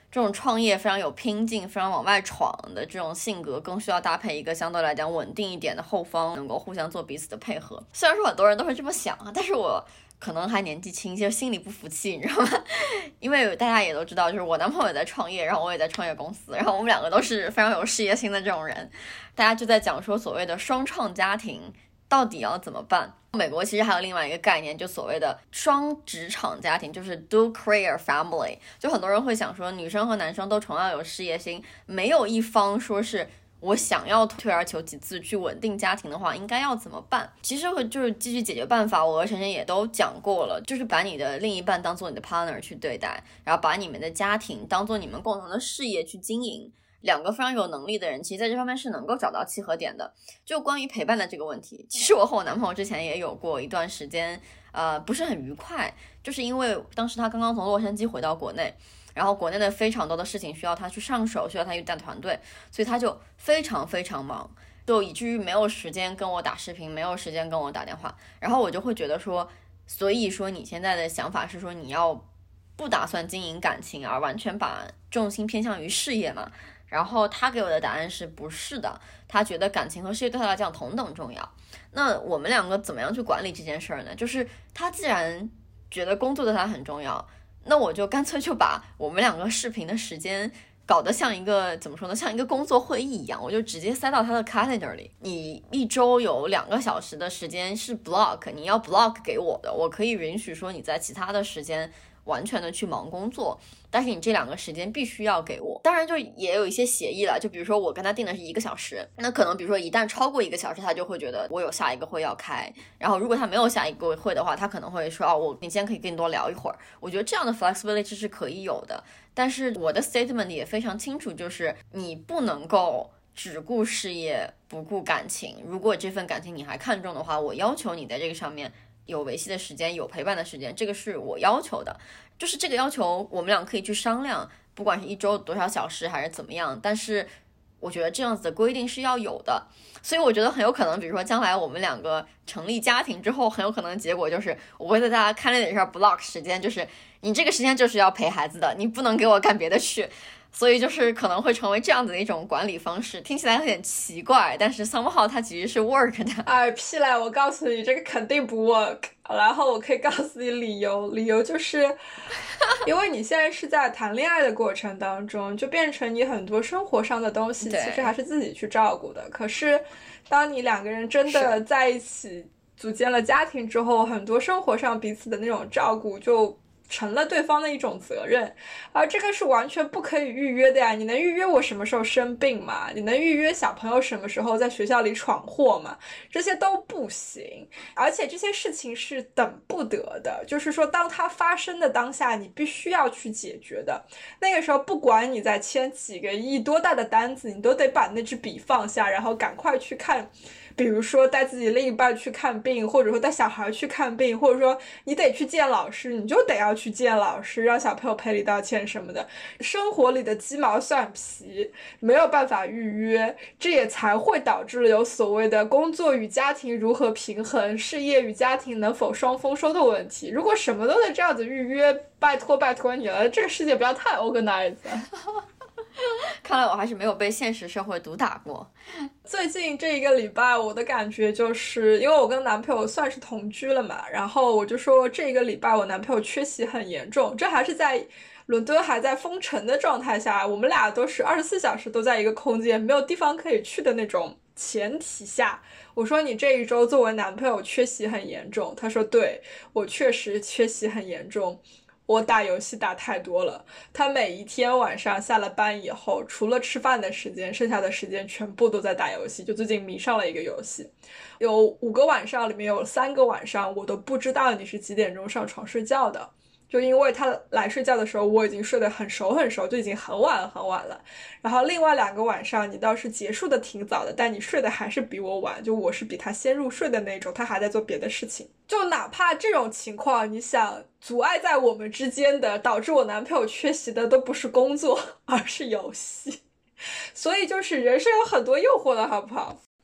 这种创业非常有拼劲、非常往外闯的这种性格，更需要搭配一个相对来讲稳定一点的后方，能够互相做彼此的配合。虽然说很多人都是这么想啊，但是我可能还年纪轻，就心里不服气，你知道吗？因为大家也都知道，就是我男朋友也在创业，然后我也在创业公司，然后我们两个都是非常有事业心的这种人，大家就在讲说所谓的双创家庭到底要怎么办。美国其实还有另外一个概念，就所谓的双职场家庭，就是 dual career family。 就很多人会想说女生和男生都同样有事业心，没有一方说是我想要退而求其次去稳定家庭的话应该要怎么办。其实就是基于解决办法，我和晨晨也都讲过了，就是把你的另一半当做你的 partner 去对待，然后把你们的家庭当做你们共同的事业去经营。两个非常有能力的人其实在这方面是能够找到契合点的。就关于陪伴的这个问题，其实我和我男朋友之前也有过一段时间呃，不是很愉快，就是因为当时他刚刚从洛杉矶回到国内，然后国内的非常多的事情需要他去上手，需要他去带团队，所以他就非常非常忙，就以至于没有时间跟我打视频，没有时间跟我打电话。然后我就会觉得说，所以说你现在的想法是说你要不打算经营感情，而完全把重心偏向于事业嘛？然后他给我的答案是不是的，他觉得感情和事业对他来讲同等重要。那我们两个怎么样去管理这件事儿呢？就是他既然觉得工作对他很重要，那我就干脆就把我们两个视频的时间搞得像一个怎么说呢，像一个工作会议一样，我就直接塞到他的 calendar 里。你一周有两个小时的时间是 block， 你要 block 给我的，我可以允许说你在其他的时间完全的去忙工作，但是你这两个时间必须要给我。当然就也有一些协议了，就比如说我跟他定的是一个小时，那可能比如说一旦超过一个小时，他就会觉得我有下一个会要开，然后如果他没有下一个会的话，他可能会说哦，我你今天可以跟你多聊一会儿。我觉得这样的 flexibility 是可以有的，但是我的 statement 也非常清楚，就是你不能够只顾事业不顾感情。如果这份感情你还看重的话，我要求你在这个上面有维系的时间，有陪伴的时间，这个是我要求的。就是这个要求我们俩可以去商量，不管是一周多少小时还是怎么样，但是我觉得这样子的规定是要有的。所以我觉得很有可能，比如说将来我们两个成立家庭之后，很有可能结果就是我会在大家看脸上 block 时间，就是你这个时间就是要陪孩子的，你不能给我干别的去。所以就是可能会成为这样子的一种管理方式，听起来有点奇怪，但是 somehow 它其实是 work 的。 哎，屁嘞！我告诉你，这个肯定不 work。然后我可以告诉你理由，理由就是因为你现在是在谈恋爱的过程当中，就变成你很多生活上的东西其实还是自己去照顾的。可是当你两个人真的在一起组建了家庭之后，很多生活上彼此的那种照顾就成了对方的一种责任，而这个是完全不可以预约的呀。你能预约我什么时候生病吗？你能预约小朋友什么时候在学校里闯祸吗？这些都不行。而且这些事情是等不得的，就是说当它发生的当下你必须要去解决的。那个时候不管你在签几个亿多大的单子，你都得把那支笔放下，然后赶快去看，比如说带自己另一半去看病，或者说带小孩去看病，或者说你得去见老师，你就得要去见老师，让小朋友赔礼道歉什么的。生活里的鸡毛蒜皮没有办法预约，这也才会导致了有所谓的工作与家庭如何平衡，事业与家庭能否双丰收的问题。如果什么都能这样子预约，拜托拜托你了，这个世界不要太 organized。 看来我还是没有被现实社会毒打过。 最近这一个礼拜我的感觉就是因为我跟男朋友算是同居了嘛，然后我就说这个礼拜我男朋友缺席很严重，这还是在伦敦还在封城的状态下，我们俩都是二十四小时都在一个空间，没有地方可以去的那种前提下，我说你这一周作为男朋友缺席很严重，他说对，我确实缺席很严重，我打游戏打太多了。他每一天晚上下了班以后，除了吃饭的时间，剩下的时间全部都在打游戏，就最近迷上了一个游戏。有五个晚上里面有三个晚上我都不知道你是几点钟上床睡觉的，就因为他来睡觉的时候我已经睡得很熟很熟，就已经很晚很晚了。然后另外两个晚上你倒是结束的挺早的，但你睡的还是比我晚，就我是比他先入睡的那种，他还在做别的事情。就哪怕这种情况，你想阻碍在我们之间的，导致我男朋友缺席的都不是工作而是游戏。所以就是人生有很多诱惑的好不好。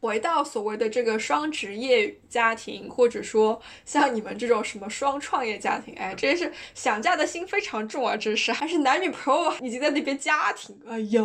回到所谓的这个双职业家庭，或者说像你们这种什么双创业家庭，哎，真是想家的心非常重啊，真是还是男女朋友已经在那边家庭，哎呀。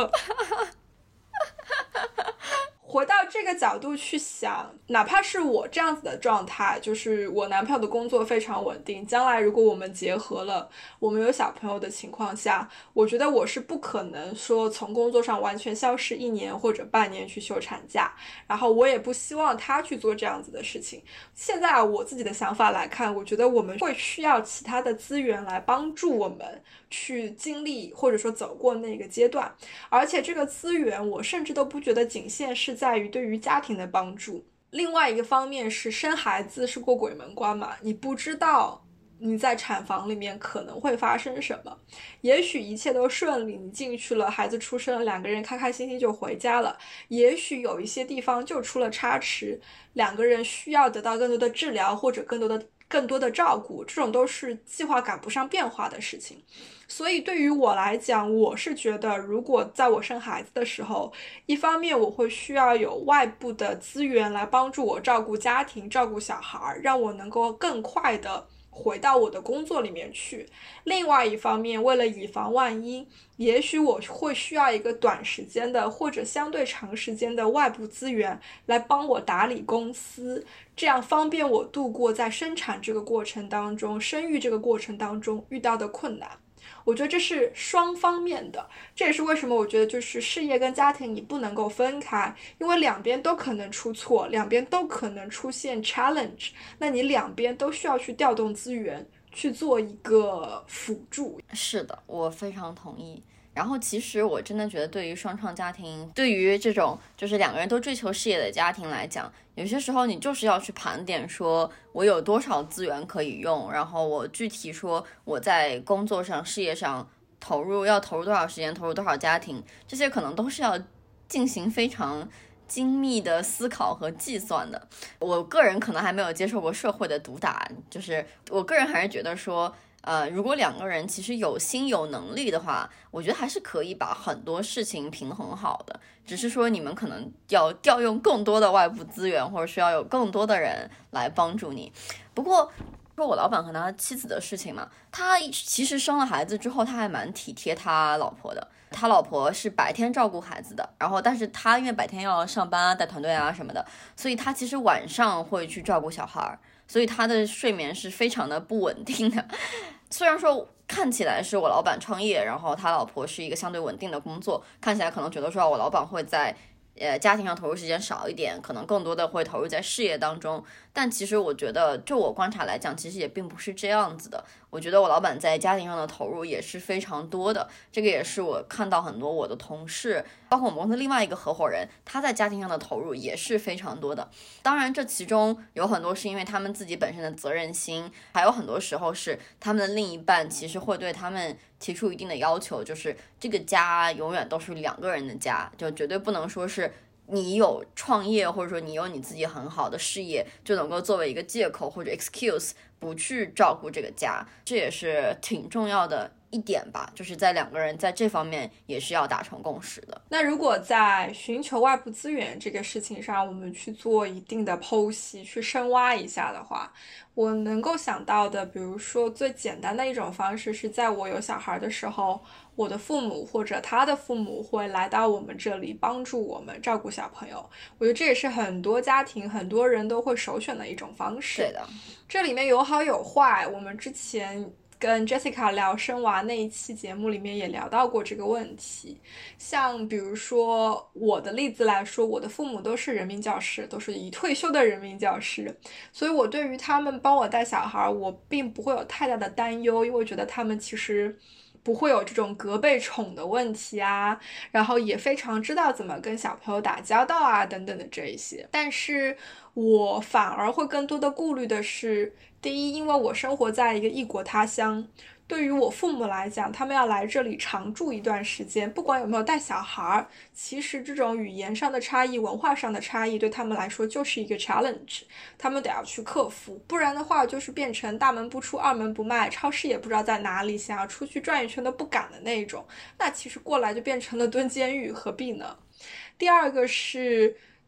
回到这个角度去想，哪怕是我这样子的状态，就是我男朋友的工作非常稳定，将来如果我们结合了，我们有小朋友的情况下，我觉得我是不可能说从工作上完全消失一年或者半年去休产假，然后我也不希望他去做这样子的事情。现在我自己的想法来看，我觉得我们会需要其他的资源来帮助我们去经历或者说走过那个阶段，而且这个资源我甚至都不觉得仅限是在于对于家庭的帮助。另外一个方面是生孩子是过鬼门关嘛，你不知道你在产房里面可能会发生什么，也许一切都顺利，你进去了，孩子出生了，两个人开开心心就回家了，也许有一些地方就出了差池，两个人需要得到更多的治疗或者更多的更多的照顾，这种都是计划赶不上变化的事情。所以对于我来讲，我是觉得如果在我生孩子的时候，一方面我会需要有外部的资源来帮助我照顾家庭照顾小孩，让我能够更快的回到我的工作里面去。另外一方面，为了以防万一，也许我会需要一个短时间的或者相对长时间的外部资源来帮我打理公司，这样方便我度过在生产这个过程当中生育这个过程当中遇到的困难。我觉得这是双方面的，这也是为什么我觉得就是事业跟家庭你不能够分开，因为两边都可能出错，两边都可能出现 challenge， 那你两边都需要去调动资源去做一个辅助。 是的，我非常同意。然后其实我真的觉得对于双创家庭，对于这种就是两个人都追求事业的家庭来讲，有些时候你就是要去盘点说我有多少资源可以用，然后我具体说我在工作上事业上投入要投入多少时间，投入多少家庭，这些可能都是要进行非常精密的思考和计算的。我个人可能还没有接受过社会的毒打，就是我个人还是觉得说呃，如果两个人其实有心有能力的话，我觉得还是可以把很多事情平衡好的，只是说你们可能要调用更多的外部资源，或者需要有更多的人来帮助你。不过说我老板和他妻子的事情嘛，他其实生了孩子之后他还蛮体贴他老婆的，他老婆是白天照顾孩子的，然后但是他因为白天要上班啊带团队啊什么的，所以他其实晚上会去照顾小孩，所以他的睡眠是非常的不稳定的。虽然说看起来是我老板创业，然后他老婆是一个相对稳定的工作，看起来可能觉得说我老板会在呃家庭上投入时间少一点，可能更多的会投入在事业当中，但其实我觉得就我观察来讲，其实也并不是这样子的。我觉得我老板在家庭上的投入也是非常多的，这个也是我看到很多我的同事，包括我们公司另外一个合伙人，他在家庭上的投入也是非常多的。当然这其中有很多是因为他们自己本身的责任心，还有很多时候是他们的另一半其实会对他们提出一定的要求，就是这个家永远都是两个人的家，就绝对不能说是你有创业或者说你有你自己很好的事业就能够作为一个借口或者 excuse 不去照顾这个家，这也是挺重要的一点吧，就是在两个人在这方面也是要达成共识的。 那如果在寻求外部资源这个事情上，我们去做一定的剖析，去深挖一下的话，我能够想到的，比如说最简单的一种方式是在我有小孩的时候，我的父母或者他的父母会来到我们这里帮助我们照顾小朋友，我觉得这也是很多家庭很多人都会首选的一种方式。 对的， 这里面有好有坏，我们之前跟 Jessica 聊生娃那一期节目里面也聊到过这个问题。像比如说我的例子来说，我的父母都是人民教师，都是已退休的人民教师，所以我对于他们帮我带小孩，我并不会有太大的担忧，因为我觉得他们其实不会有这种隔辈宠的问题啊，然后也非常知道怎么跟小朋友打交道啊等等的这一些。但是我反而会更多的顾虑的是，第一，因为我生活在一个异国他乡，对于我父母来讲，他们要来这里常住一段时间，不管有没有带小孩，其实这种语言上的差异、文化上的差异对他们来说就是一个 challenge， 他们得要去克服，不然的话就是变成大门不出二门不迈，超市也不知道在哪里，想要出去转一圈都不敢的那种，那其实过来就变成了蹲监狱，何必呢？第二个是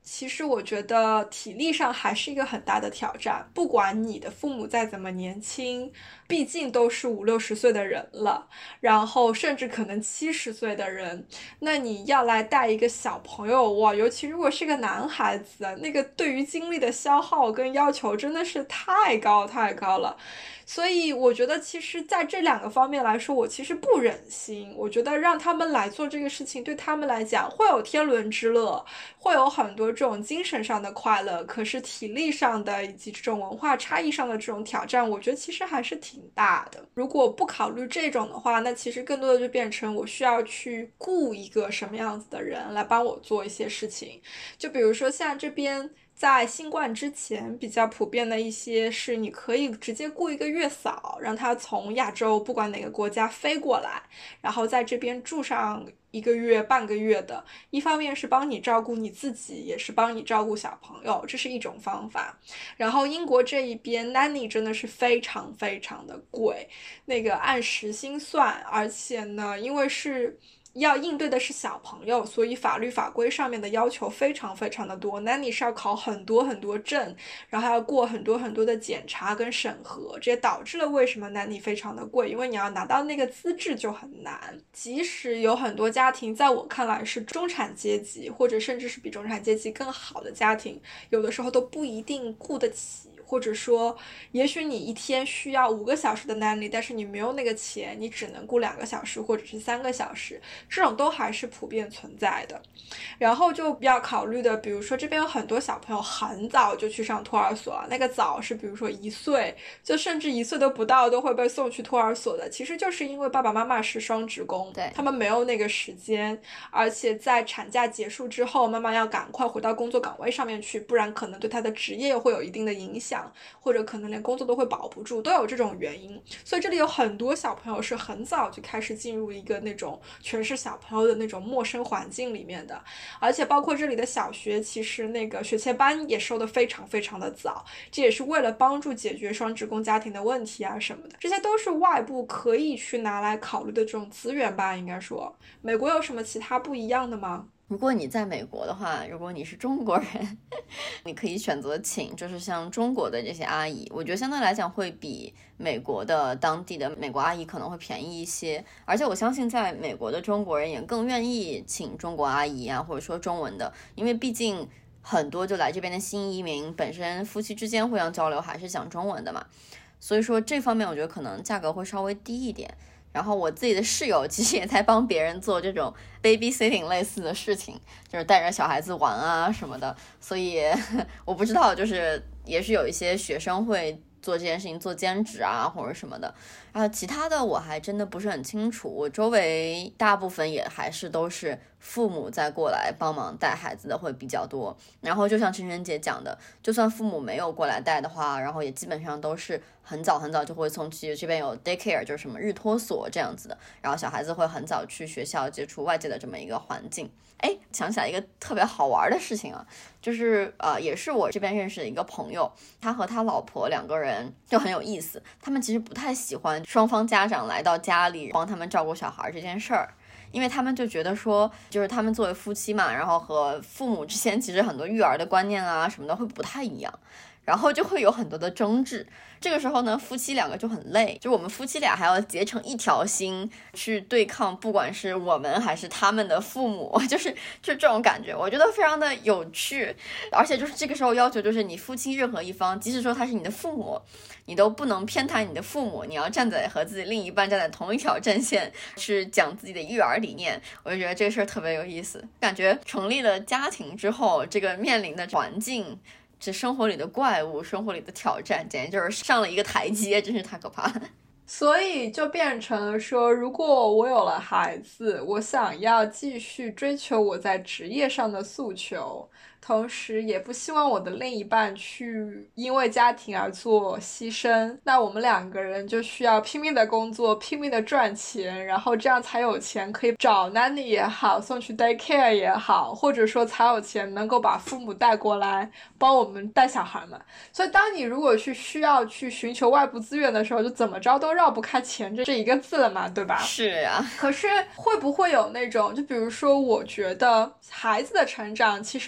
其实我觉得体力上还是一个很大的挑战，不管你的父母再怎么年轻，毕竟都是五六十岁的人了，然后甚至可能七十岁的人，那你要来带一个小朋友，哇，尤其如果是个男孩子，那个对于精力的消耗跟要求真的是太高太高了。所以我觉得其实在这两个方面来说，我其实不忍心，我觉得让他们来做这个事情对他们来讲会有天伦之乐，会有很多这种精神上的快乐，可是体力上的以及这种文化差异上的这种挑战，我觉得其实还是挺大的。如果不考虑这种的话，那其实更多的就变成我需要去雇一个什么样子的人来帮我做一些事情。就比如说像这边在新冠之前比较普遍的一些是你可以直接雇一个月嫂，让他从亚洲不管哪个国家飞过来，然后在这边住上一个月半个月的，一方面是帮你照顾你自己，也是帮你照顾小朋友，这是一种方法。然后英国这一边 nanny 真的是非常非常的贵，那个按时薪算，而且呢因为是要应对的是小朋友，所以法律法规上面的要求非常非常的多， nanny 是要考很多很多证，然后还要过很多很多的检查跟审核，这也导致了为什么 nanny 非常的贵，因为你要拿到那个资质就很难。即使有很多家庭在我看来是中产阶级，或者甚至是比中产阶级更好的家庭，有的时候都不一定雇得起，或者说也许你一天需要五个小时的 nanny， 但是你没有那个钱，你只能雇两个小时或者是三个小时，这种都还是普遍存在的。然后就比较考虑的，比如说这边有很多小朋友很早就去上托儿所了，那个早是比如说一岁，就甚至一岁都不到都会被送去托儿所的，其实就是因为爸爸妈妈是双职工， 对， 他们没有那个时间，而且在产假结束之后，妈妈要赶快回到工作岗位上面去，不然可能对她的职业会有一定的影响，或者可能连工作都会保不住，都有这种原因。所以这里有很多小朋友是很早就开始进入一个那种全是小朋友的那种陌生环境里面的，而且包括这里的小学，其实那个学前班也收得非常非常的早，这也是为了帮助解决双职工家庭的问题啊什么的，这些都是外部可以去拿来考虑的这种资源吧。应该说美国有什么其他不一样的吗？ 如果你在美国的话，如果你是中国人你可以选择请就是像中国的这些阿姨，我觉得相对来讲会比美国的当地的美国阿姨可能会便宜一些，而且我相信在美国的中国人也更愿意请中国阿姨啊，或者说中文的，因为毕竟很多就来这边的新移民本身夫妻之间互相交流还是讲中文的嘛，所以说这方面我觉得可能价格会稍微低一点。然后我自己的室友其实也在帮别人做这种 babysitting 类似的事情，就是带着小孩子玩啊什么的，所以我不知道，就是也是有一些学生会做这件事情做兼职啊或者什么的，然后其他的我还真的不是很清楚，我周围大部分也还是都是父母在过来帮忙带孩子的会比较多，然后就像晨晨姐讲的，就算父母没有过来带的话，然后也基本上都是很早很早就会送去，这边有 daycare 就是什么日托所这样子的，然后小孩子会很早去学校接触外界的这么一个环境。哎，想起来一个特别好玩的事情啊，就是呃，也是我这边认识的一个朋友，他和他老婆两个人就很有意思，他们其实不太喜欢双方家长来到家里帮他们照顾小孩这件事儿，因为他们就觉得说，就是他们作为夫妻嘛，然后和父母之间其实很多育儿的观念啊什么的会不太一样，然后就会有很多的争执。这个时候呢，夫妻两个就很累，就我们夫妻俩还要结成一条心去对抗，不管是我们还是他们的父母，就是就这种感觉，我觉得非常的有趣。而且就是这个时候要求就是你夫妻任何一方，即使说他是你的父母，你都不能偏袒你的父母，你要站在和自己另一半站在同一条阵线去讲自己的育儿理念。我就觉得这个事儿特别有意思，感觉成立了家庭之后，这个面临的环境，这生活里的怪物，生活里的挑战，简直就是上了一个台阶，真是太可怕了。 所以就变成了说，如果我有了孩子，我想要继续追求我在职业上的诉求，同时也不希望我的另一半去因为家庭而做牺牲，那我们两个人就需要拼命的工作，拼命的赚钱，然后这样才有钱可以找 nanny 也好，送去 daycare 也好，或者说才有钱能够把父母带过来帮我们带小孩嘛。所以当你如果去需要去寻求外部资源的时候，就怎么着都绕不开钱这这一个字了嘛，对吧？ 是呀。 可是会不会有那种，就比如说我觉得孩子的成长其实陪伴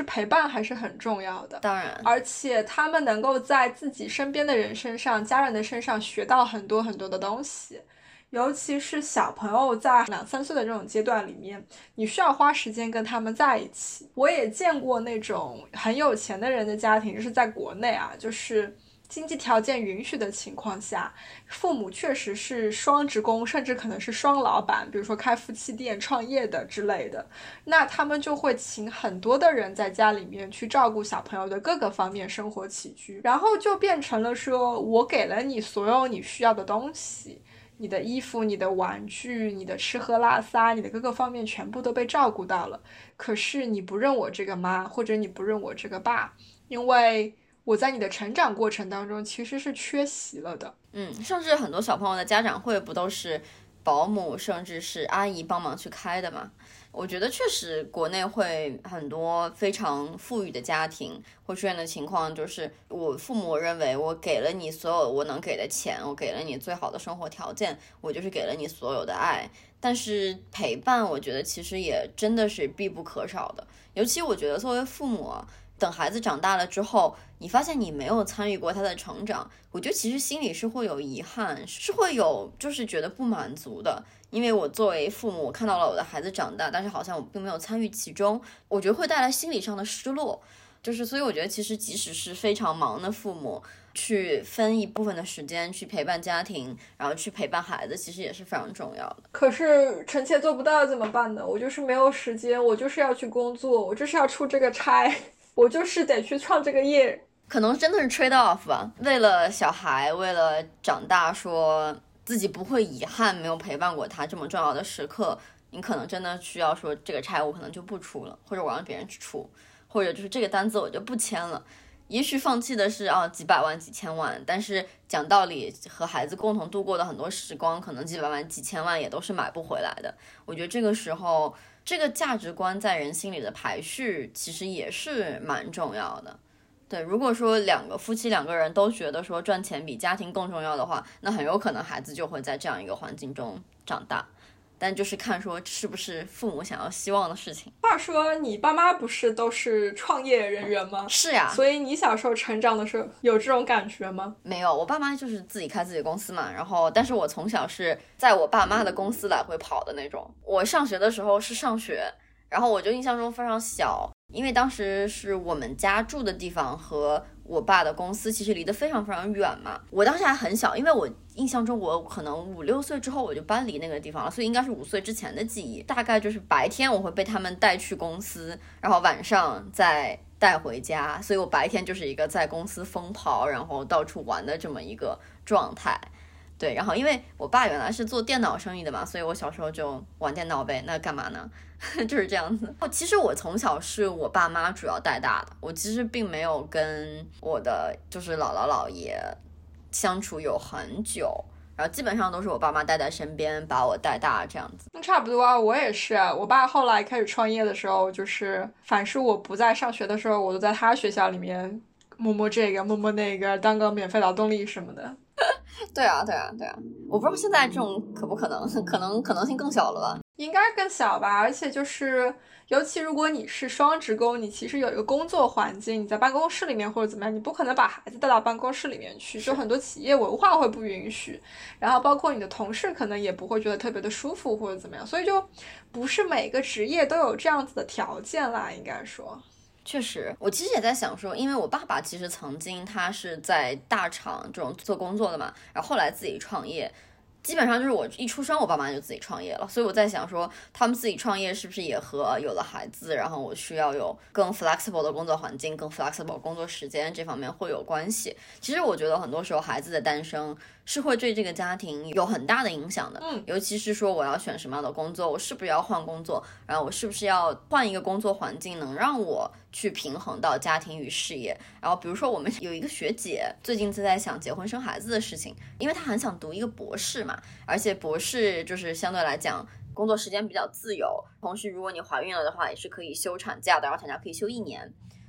伴还是很重要的。 当然， 而且他们能够在自己身边的人身上、家人的身上学到很多很多的东西。尤其是小朋友在两三岁的这种阶段里面，你需要花时间跟他们在一起。我也见过那种很有钱的人的家庭，就是在国内啊，就是经济条件允许的情况下，父母确实是双职工，甚至可能是双老板，比如说开夫妻店创业的之类的，那他们就会请很多的人在家里面去照顾小朋友的各个方面生活起居，然后就变成了说，我给了你所有你需要的东西，你的衣服、你的玩具、你的吃喝拉撒，你的各个方面全部都被照顾到了，可是你不认我这个妈，或者你不认我这个爸，因为我在你的成长过程当中其实是缺席了的。 嗯，甚至很多小朋友的家长会不都是保姆甚至是阿姨帮忙去开的嘛？我觉得确实国内会很多非常富裕的家庭会出现的情况，就是我父母认为我给了你所有我能给的钱，我给了你最好的生活条件，我就是给了你所有的爱，但是陪伴我觉得其实也真的是必不可少的。尤其我觉得作为父母啊，等孩子长大了之后，你发现你没有参与过他的成长，我觉得其实心里是会有遗憾，是会有就是觉得不满足的。因为我作为父母，我看到了我的孩子长大，但是好像我并没有参与其中，我觉得会带来心理上的失落。就是所以我觉得其实即使是非常忙的父母，去分一部分的时间去陪伴家庭，然后去陪伴孩子，其实也是非常重要的。 可是臣妾做不到怎么办呢？我就是没有时间，我就是要去工作，我就是要出这个差，我就是得去创这个业。 可能真的是 trade off 吧，为了小孩，为了长大，说自己不会遗憾没有陪伴过他这么重要的时刻，你可能真的需要说这个差我可能就不出了，或者我让别人去出，或者就是这个单子我就不签了。也许放弃的是啊几百万几千万，但是讲道理，和孩子共同度过的很多时光，可能几百万几千万也都是买不回来的。我觉得这个时候这个价值观在人心里的排序其实也是蛮重要的。对，如果说两个夫妻两个人都觉得说赚钱比家庭更重要的话，那很有可能孩子就会在这样一个环境中长大。但就是看说是不是父母想要希望的事情。 话说你爸妈不是都是创业人员吗？ 是呀。 所以你小时候成长的时候有这种感觉吗？ 没有，我爸妈就是自己开自己的公司嘛，然后但是我从小是在我爸妈的公司来回跑的那种。我上学的时候是上学，然后我就印象中非常小，因为当时是我们家住的地方和我爸的公司其实离得非常非常远嘛。我当时还很小，因为我印象中我可能五六岁之后我就搬离那个地方了，所以应该是五岁之前的记忆。大概就是白天我会被他们带去公司，然后晚上再带回家，所以我白天就是一个在公司疯跑然后到处玩的这么一个状态。对，然后因为我爸原来是做电脑生意的嘛，所以我小时候就玩电脑呗，那干嘛呢？就是这样子。其实我从小是我爸妈主要带大的，我其实并没有跟我的就是姥姥姥爷相处有很久，然后基本上都是我爸妈带在身边把我带大这样子。 那差不多啊，我也是。我爸后来开始创业的时候，就是凡是我不在上学的时候，我都在他学校里面摸摸这个摸摸那个，当个免费劳动力什么的。 对啊对啊对啊，我不知道现在这种可不可能，可能可能性更小了吧。 应该更小吧，而且就是尤其如果你是双职工，你其实有一个工作环境，你在办公室里面或者怎么样，你不可能把孩子带到办公室里面去，就很多企业文化会不允许，然后包括你的同事可能也不会觉得特别的舒服或者怎么样，所以就不是每个职业都有这样子的条件啦，应该说。 确实，我其实也在想说，因为我爸爸其实曾经他是在大厂这种做工作的嘛，然后后来自己创业，基本上就是我一出生我爸妈就自己创业了，所以我在想说他们自己创业是不是也和有了孩子，然后我需要有更 flexible 的工作环境，更 flexible 工作时间这方面会有关系。其实我觉得很多时候孩子的诞生是会对这个家庭有很大的影响的， 嗯， 尤其是说我要选什么样的工作，我是不是要换工作，然后我是不是要换一个工作环境能让我去平衡到家庭与事业。然后比如说我们有一个学姐最近在想结婚生孩子的事情，因为她很想读一个博士嘛，而且博士就是相对来讲工作时间比较自由，同时如果你怀孕了的话也是可以休产假的，然后产假可以休一年，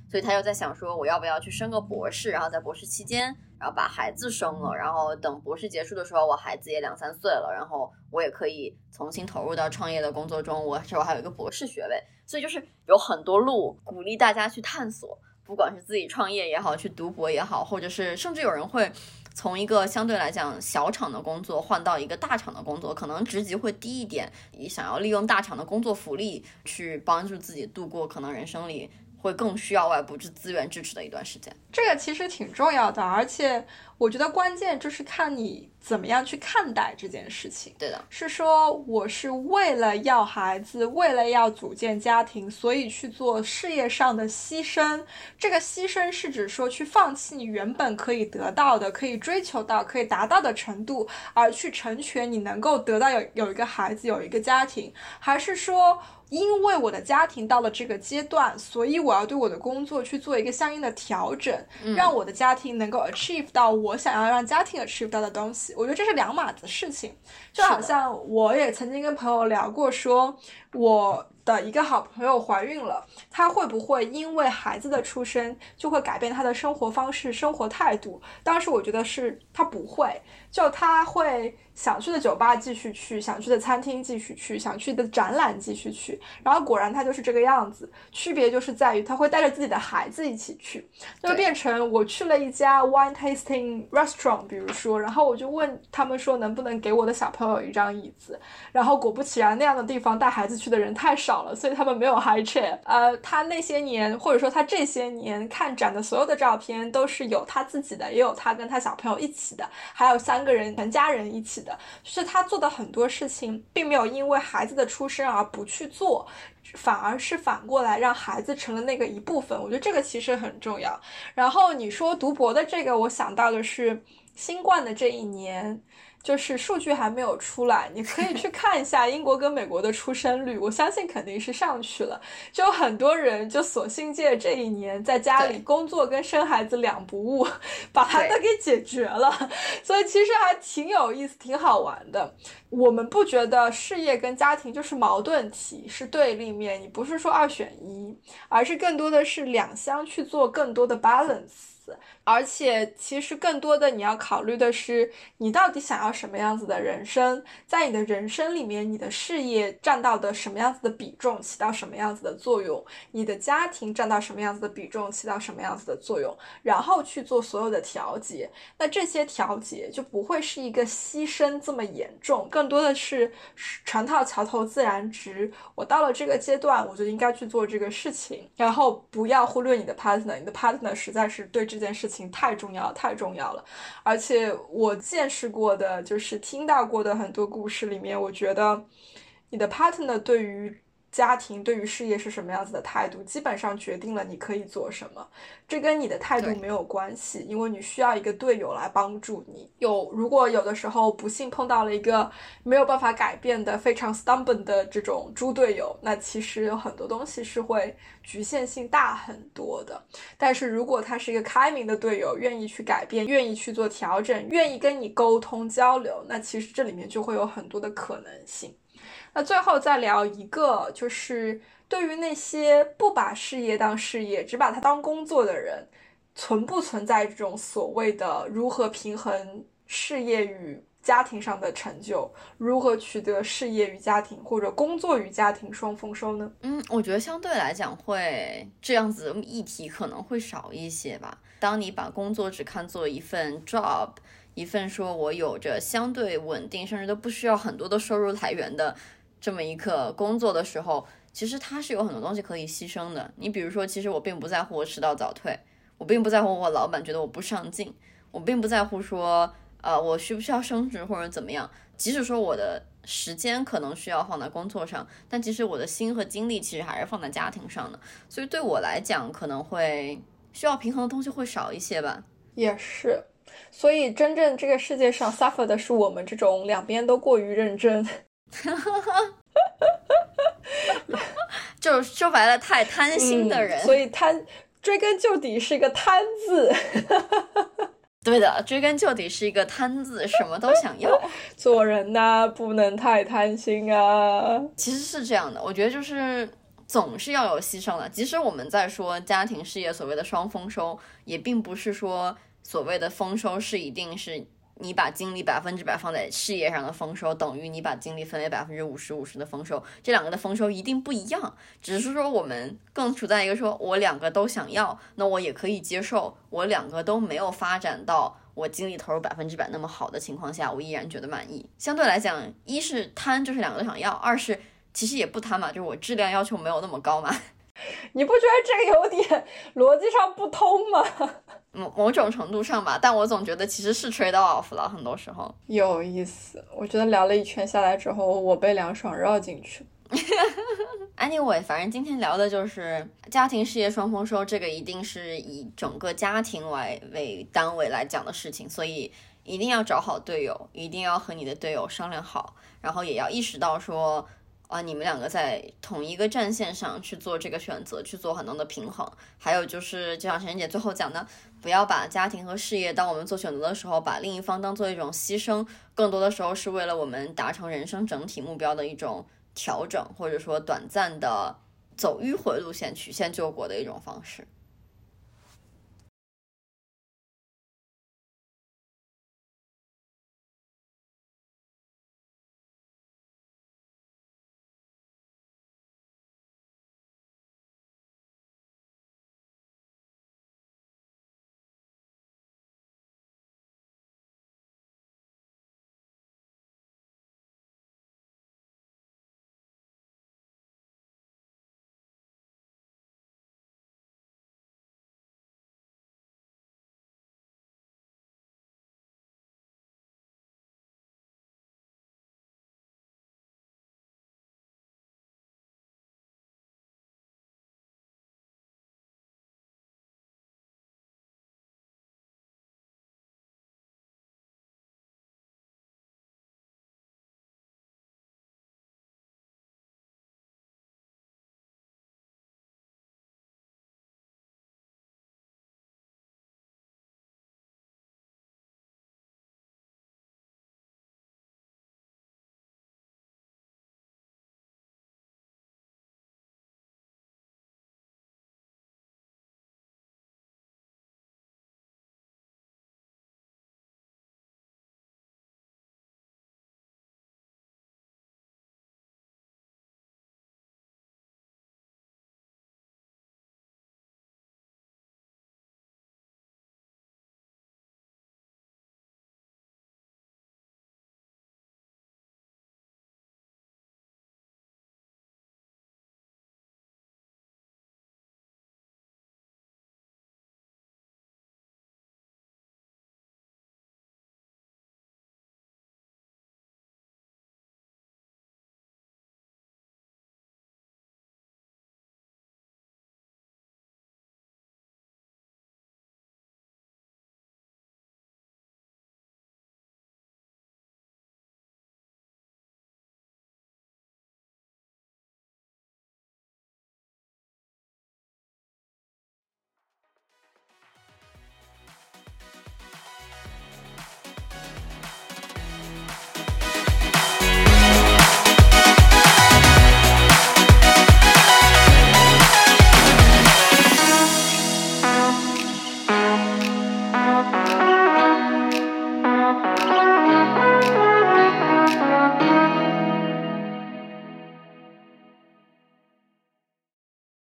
所以他又在想说我要不要去升个博士，然后在博士期间然后把孩子生了，然后等博士结束的时候我孩子也两三岁了，然后我也可以重新投入到创业的工作中，我这我还有一个博士学位。所以就是有很多路鼓励大家去探索，不管是自己创业也好，去读博也好，或者是甚至有人会从一个相对来讲小厂的工作换到一个大厂的工作，可能职级会低一点，你想要利用大厂的工作福利去帮助自己度过可能人生里会更需要外部资源支持的一段时间。 这个其实挺重要的，而且我觉得关键就是看你怎么样去看待这件事情。 对的， 是说我是为了要孩子，为了要组建家庭，所以去做事业上的牺牲。这个牺牲是指说去放弃你原本可以得到的，可以追求到，可以达到的程度，而去成全你能够得到有有一个孩子，有一个家庭，还是说因为我的家庭到了这个阶段，所以我要对我的工作去做一个相应的调整， 嗯、 让我的家庭能够 achieve 到我想要让家庭 achieve 到的东西。我觉得这是两码子事情。就好像我也曾经跟朋友聊过说，我的一个好朋友怀孕了，她会不会因为孩子的出生就会改变她的生活方式、生活态度？当时我觉得是她不会，就她会想去的酒吧继续去，想去的餐厅继续去，想去的展览继续去，然后果然她就是这个样子。区别就是在于她会带着自己的孩子一起去，就变成我去了一家 wine tasting restaurant 比如说，然后我就问他们说能不能给我的小朋友一张椅子，然后果不其然那样的地方带孩子去的人太少了，所以他们没有 high chair。 呃，他那些年或者说他这些年看展的所有的照片都是有他自己的，也有他跟他小朋友一起的，还有三个人全家人一起的，就是他做的很多事情并没有因为孩子的出生而不去做，反而是反过来让孩子成了那个一部分。我觉得这个其实很重要。然后你说读博的这个，我想到的是新冠的这一年，就是数据还没有出来，你可以去看一下英国跟美国的出生率，我相信肯定是上去了。就有很多人就索性借这一年在家里工作跟生孩子两不误，把它都给解决了，所以其实还挺有意思，挺好玩的。我们不觉得事业跟家庭就是矛盾体，是对立面，你不是说二选一，而是更多的是两相去做更多的 balance。而且其实更多的你要考虑的是你到底想要什么样子的人生，在你的人生里面你的事业占到的什么样子的比重，起到什么样子的作用，你的家庭占到什么样子的比重，起到什么样子的作用，然后去做所有的调节。那这些调节就不会是一个牺牲这么严重，更多的是船到桥头自然直，我到了这个阶段我就应该去做这个事情，然后不要忽略你的 partner， 你的 partner 实在是对这件事情太重要太重要了。而且我见识过的就是听到过的很多故事里面，我觉得你的 partner 对于家庭对于事业是什么样子的态度，基本上决定了你可以做什么。这跟你的态度没有关系，因为你需要一个队友来帮助你。有如果有的时候不幸碰到了一个没有办法改变的非常 stubborn 的这种猪队友，那其实有很多东西是会局限性大很多的。但是如果他是一个开明的队友，愿意去改变，愿意去做调整，愿意跟你沟通交流，那其实这里面就会有很多的可能性。那最后再聊一个，就是对于那些不把事业当事业，只把它当工作的人，存不存在这种所谓的如何平衡事业与家庭上的成就，如何取得事业与家庭或者工作与家庭双丰收呢？ 嗯，我觉得相对来讲会这样子的议题可能会少一些吧。当你把工作只看作一份 job， 一份说我有着相对稳定甚至都不需要很多的收入来源的这么一个工作的时候，其实它是有很多东西可以牺牲的。你比如说，其实我并不在乎我迟到早退，我并不在乎我老板觉得我不上进，我并不在乎说呃，我需不需要升职或者怎么样。即使说我的时间可能需要放在工作上，但其实我的心和精力其实还是放在家庭上的。所以对我来讲，可能会需要平衡的东西会少一些吧。 也是，所以真正这个世界上 suffer 的是我们这种两边都过于认真就说白了太贪心的人、 嗯、所以贪追根究底是一个贪字对的，追根究底是一个贪字，什么都想要做人呐、啊、不能太贪心啊。 其实是这样的，我觉得就是总是要有牺牲的。即使我们在说家庭事业所谓的双丰收，也并不是说所谓的丰收是一定是你把精力百分之百放在事业上的丰收等于你把精力分为百分之五十五十的丰收，这两个的丰收一定不一样。只是说我们更处在一个说我两个都想要，那我也可以接受我两个都没有发展到我精力投入百分之百那么好的情况下，我依然觉得满意。相对来讲，一是贪，就是两个都想要；二是其实也不贪嘛，就是我质量要求没有那么高嘛。 你不觉得这个有点逻辑上不通吗？ 某某种程度上吧，但我总觉得其实是 trade off 了，很多时候。 有意思，我觉得聊了一圈下来之后，我被梁爽绕进去。 Anyway， 反正今天聊的就是家庭事业双丰收，这个一定是以整个家庭为为单位来讲的事情，所以一定要找好队友，一定要和你的队友商量好，然后也要意识到说啊，你们两个在同一个战线上去做这个选择，去做很多的平衡。还有就是，就像陈姐最后讲的，不要把家庭和事业，当我们做选择的时候，把另一方当做一种牺牲，更多的时候是为了我们达成人生整体目标的一种调整，或者说短暂的走迂回路线、曲线救国的一种方式。